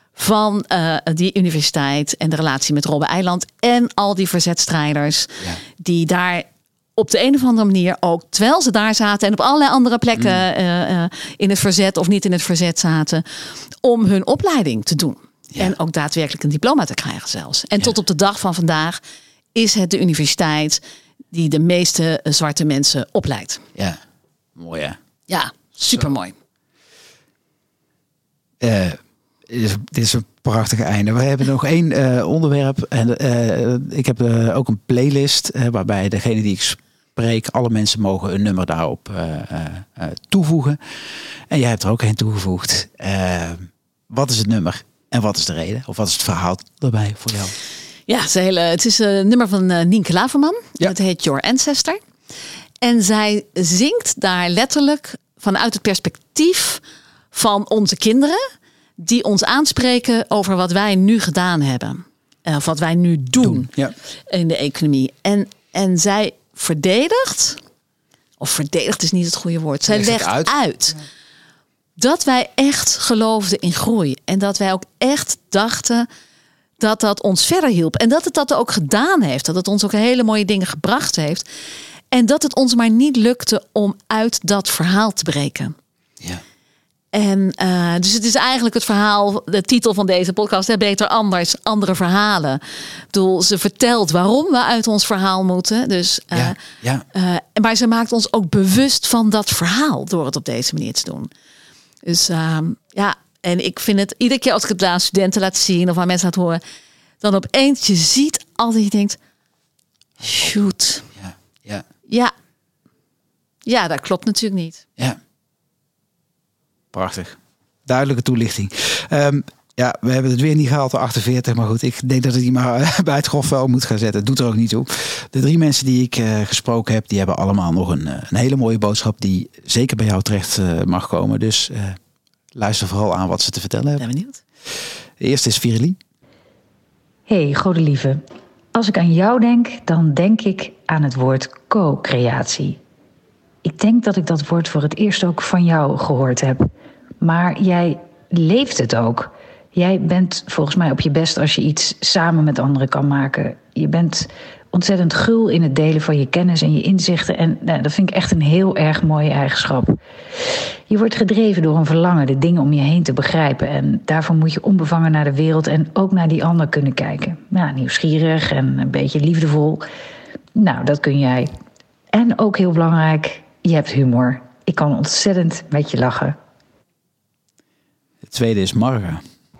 B: van uh, die universiteit en de relatie met Robben-eiland en al die verzetstrijders ja. die daar op de een of andere manier ook, terwijl ze daar zaten en op allerlei andere plekken mm. uh, uh, in het verzet of niet in het verzet zaten, om hun opleiding te doen. Ja. En ook daadwerkelijk een diploma te krijgen zelfs. En ja. tot op de dag van vandaag is het de universiteit die de meeste uh, zwarte mensen opleidt.
A: Ja, mooi hè?
B: Ja, supermooi.
A: Uh, dit, is, dit is een prachtige einde. We hebben nog één uh, onderwerp. En uh, ik heb uh, ook een playlist uh, waarbij degene die ik spreek, alle mensen mogen een nummer daarop uh, uh, toevoegen. En jij hebt er ook een toegevoegd. Uh, wat is het nummer en wat is de reden? Of wat is het verhaal daarbij voor jou?
B: Ja, het is, hele, het is een nummer van uh, Nienke Laverman. Ja. Het heet Your Ancestor. En zij zingt daar letterlijk vanuit het perspectief van onze kinderen, die ons aanspreken over wat wij nu gedaan hebben. Of wat wij nu doen, doen ja. in de economie. En, en zij verdedigt, of verdedigt is niet het goede woord. Zij legt uit, uit ja. dat wij echt geloofden in groei. En dat wij ook echt dachten dat dat ons verder hielp. En dat het dat ook gedaan heeft. Dat het ons ook hele mooie dingen gebracht heeft. En dat het ons maar niet lukte om uit dat verhaal te breken.
A: Ja.
B: En uh, dus het is eigenlijk het verhaal, de titel van deze podcast, hè, Beter Anders, andere verhalen. Ik bedoel, ze vertelt waarom we uit ons verhaal moeten. Dus, uh, ja, ja. Uh, maar ze maakt ons ook bewust van dat verhaal door het op deze manier te doen. Dus uh, ja, en ik vind het, iedere keer als ik het aan studenten laat zien of aan mensen laat horen, dan opeens je ziet altijd, je denkt, shoot.
A: Ja, ja.
B: Ja, ja, dat klopt natuurlijk niet.
A: Ja. Prachtig. Duidelijke toelichting. Um, Ja, we hebben het weer niet gehaald, de achtenveertig. Maar goed, ik denk dat ik die maar bij het grof wel moet gaan zetten. Het doet er ook niet toe. De drie mensen die ik uh, gesproken heb, die hebben allemaal nog een, een hele mooie boodschap die zeker bij jou terecht uh, mag komen. Dus uh, luister vooral aan wat ze te vertellen hebben.
B: Ben benieuwd.
A: De eerste is Virilie.
D: Hey, godelieve. Als ik aan jou denk, dan denk ik aan het woord co-creatie. Ik denk dat ik dat woord voor het eerst ook van jou gehoord heb. Maar jij leeft het ook. Jij bent volgens mij op je best als je iets samen met anderen kan maken. Je bent ontzettend gul in het delen van je kennis en je inzichten. En nou, dat vind ik echt een heel erg mooie eigenschap. Je wordt gedreven door een verlangen de dingen om je heen te begrijpen. En daarvoor moet je onbevangen naar de wereld en ook naar die ander kunnen kijken. Nou, nieuwsgierig en een beetje liefdevol. Nou, dat kun jij. En ook heel belangrijk, je hebt humor. Ik kan ontzettend met je lachen.
A: De tweede is Marga.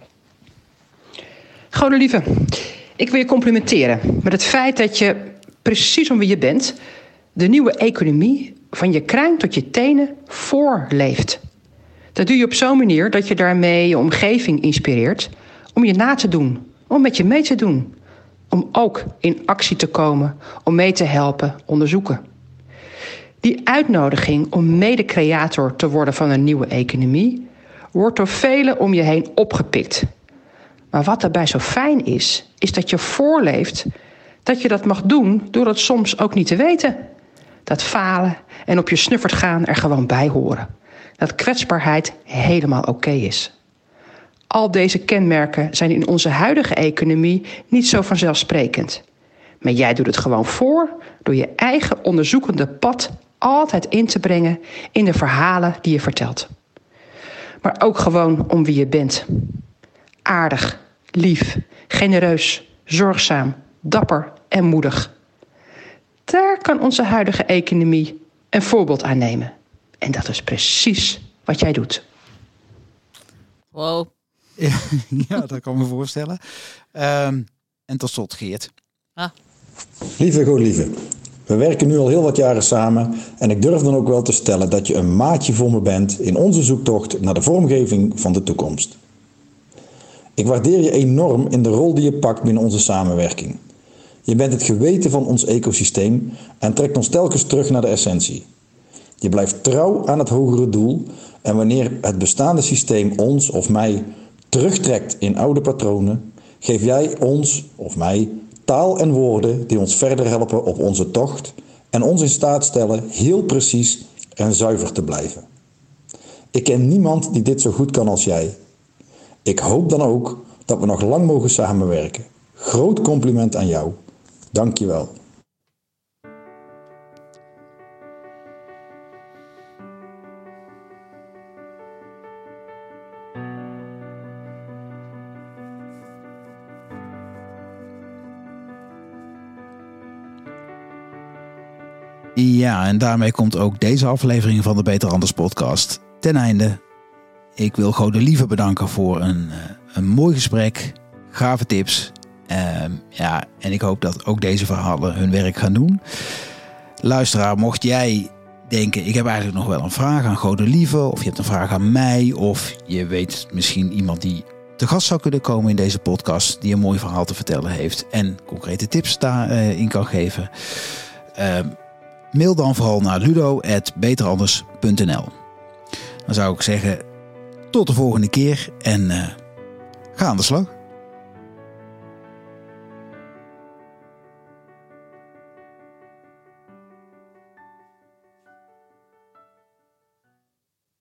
E: Godelieve, ik wil je complimenteren met het feit dat je, precies om wie je bent, de nieuwe economie van je kruin tot je tenen voorleeft. Dat doe je op zo'n manier dat je daarmee je omgeving inspireert om je na te doen, om met je mee te doen. Om ook in actie te komen, om mee te helpen onderzoeken. Die uitnodiging om mede-creator te worden van een nieuwe economie wordt door velen om je heen opgepikt. Maar wat daarbij zo fijn is, is dat je voorleeft dat je dat mag doen door het soms ook niet te weten. Dat falen en op je snuffert gaan er gewoon bij horen. Dat kwetsbaarheid helemaal oké okay is. Al deze kenmerken zijn in onze huidige economie niet zo vanzelfsprekend. Maar jij doet het gewoon voor door je eigen onderzoekende pad altijd in te brengen in de verhalen die je vertelt. Maar ook gewoon om wie je bent. Aardig, lief, genereus, zorgzaam, dapper en moedig. Daar kan onze huidige economie een voorbeeld aan nemen. En dat is precies wat jij doet.
B: Wow.
A: Ja, ja, dat kan ik me voorstellen. Um, en tot slot Geert.
B: Ah.
F: Lieve godelieve, we werken nu al heel wat jaren samen en ik durf dan ook wel te stellen dat je een maatje voor me bent in onze zoektocht naar de vormgeving van de toekomst. Ik waardeer je enorm in de rol die je pakt binnen onze samenwerking. Je bent het geweten van ons ecosysteem en trekt ons telkens terug naar de essentie. Je blijft trouw aan het hogere doel en wanneer het bestaande systeem ons of mij terugtrekt in oude patronen, geef jij ons of mij taal en woorden die ons verder helpen op onze tocht en ons in staat stellen heel precies en zuiver te blijven. Ik ken niemand die dit zo goed kan als jij. Ik hoop dan ook dat we nog lang mogen samenwerken. Groot compliment aan jou. Dank je wel.
A: Ja, en daarmee komt ook deze aflevering van de Beter Anders podcast ten einde. Ik wil Godelieve bedanken voor een, een mooi gesprek, gave tips. Um, ja, en ik hoop dat ook deze verhalen hun werk gaan doen. Luisteraar, mocht jij denken, ik heb eigenlijk nog wel een vraag aan Godelieve, of je hebt een vraag aan mij, of je weet misschien iemand die te gast zou kunnen komen in deze podcast, die een mooi verhaal te vertellen heeft en concrete tips daarin kan geven. Um, Mail dan vooral naar ludo at beteranders punt n l. Dan zou ik zeggen, tot de volgende keer en uh, ga aan de slag.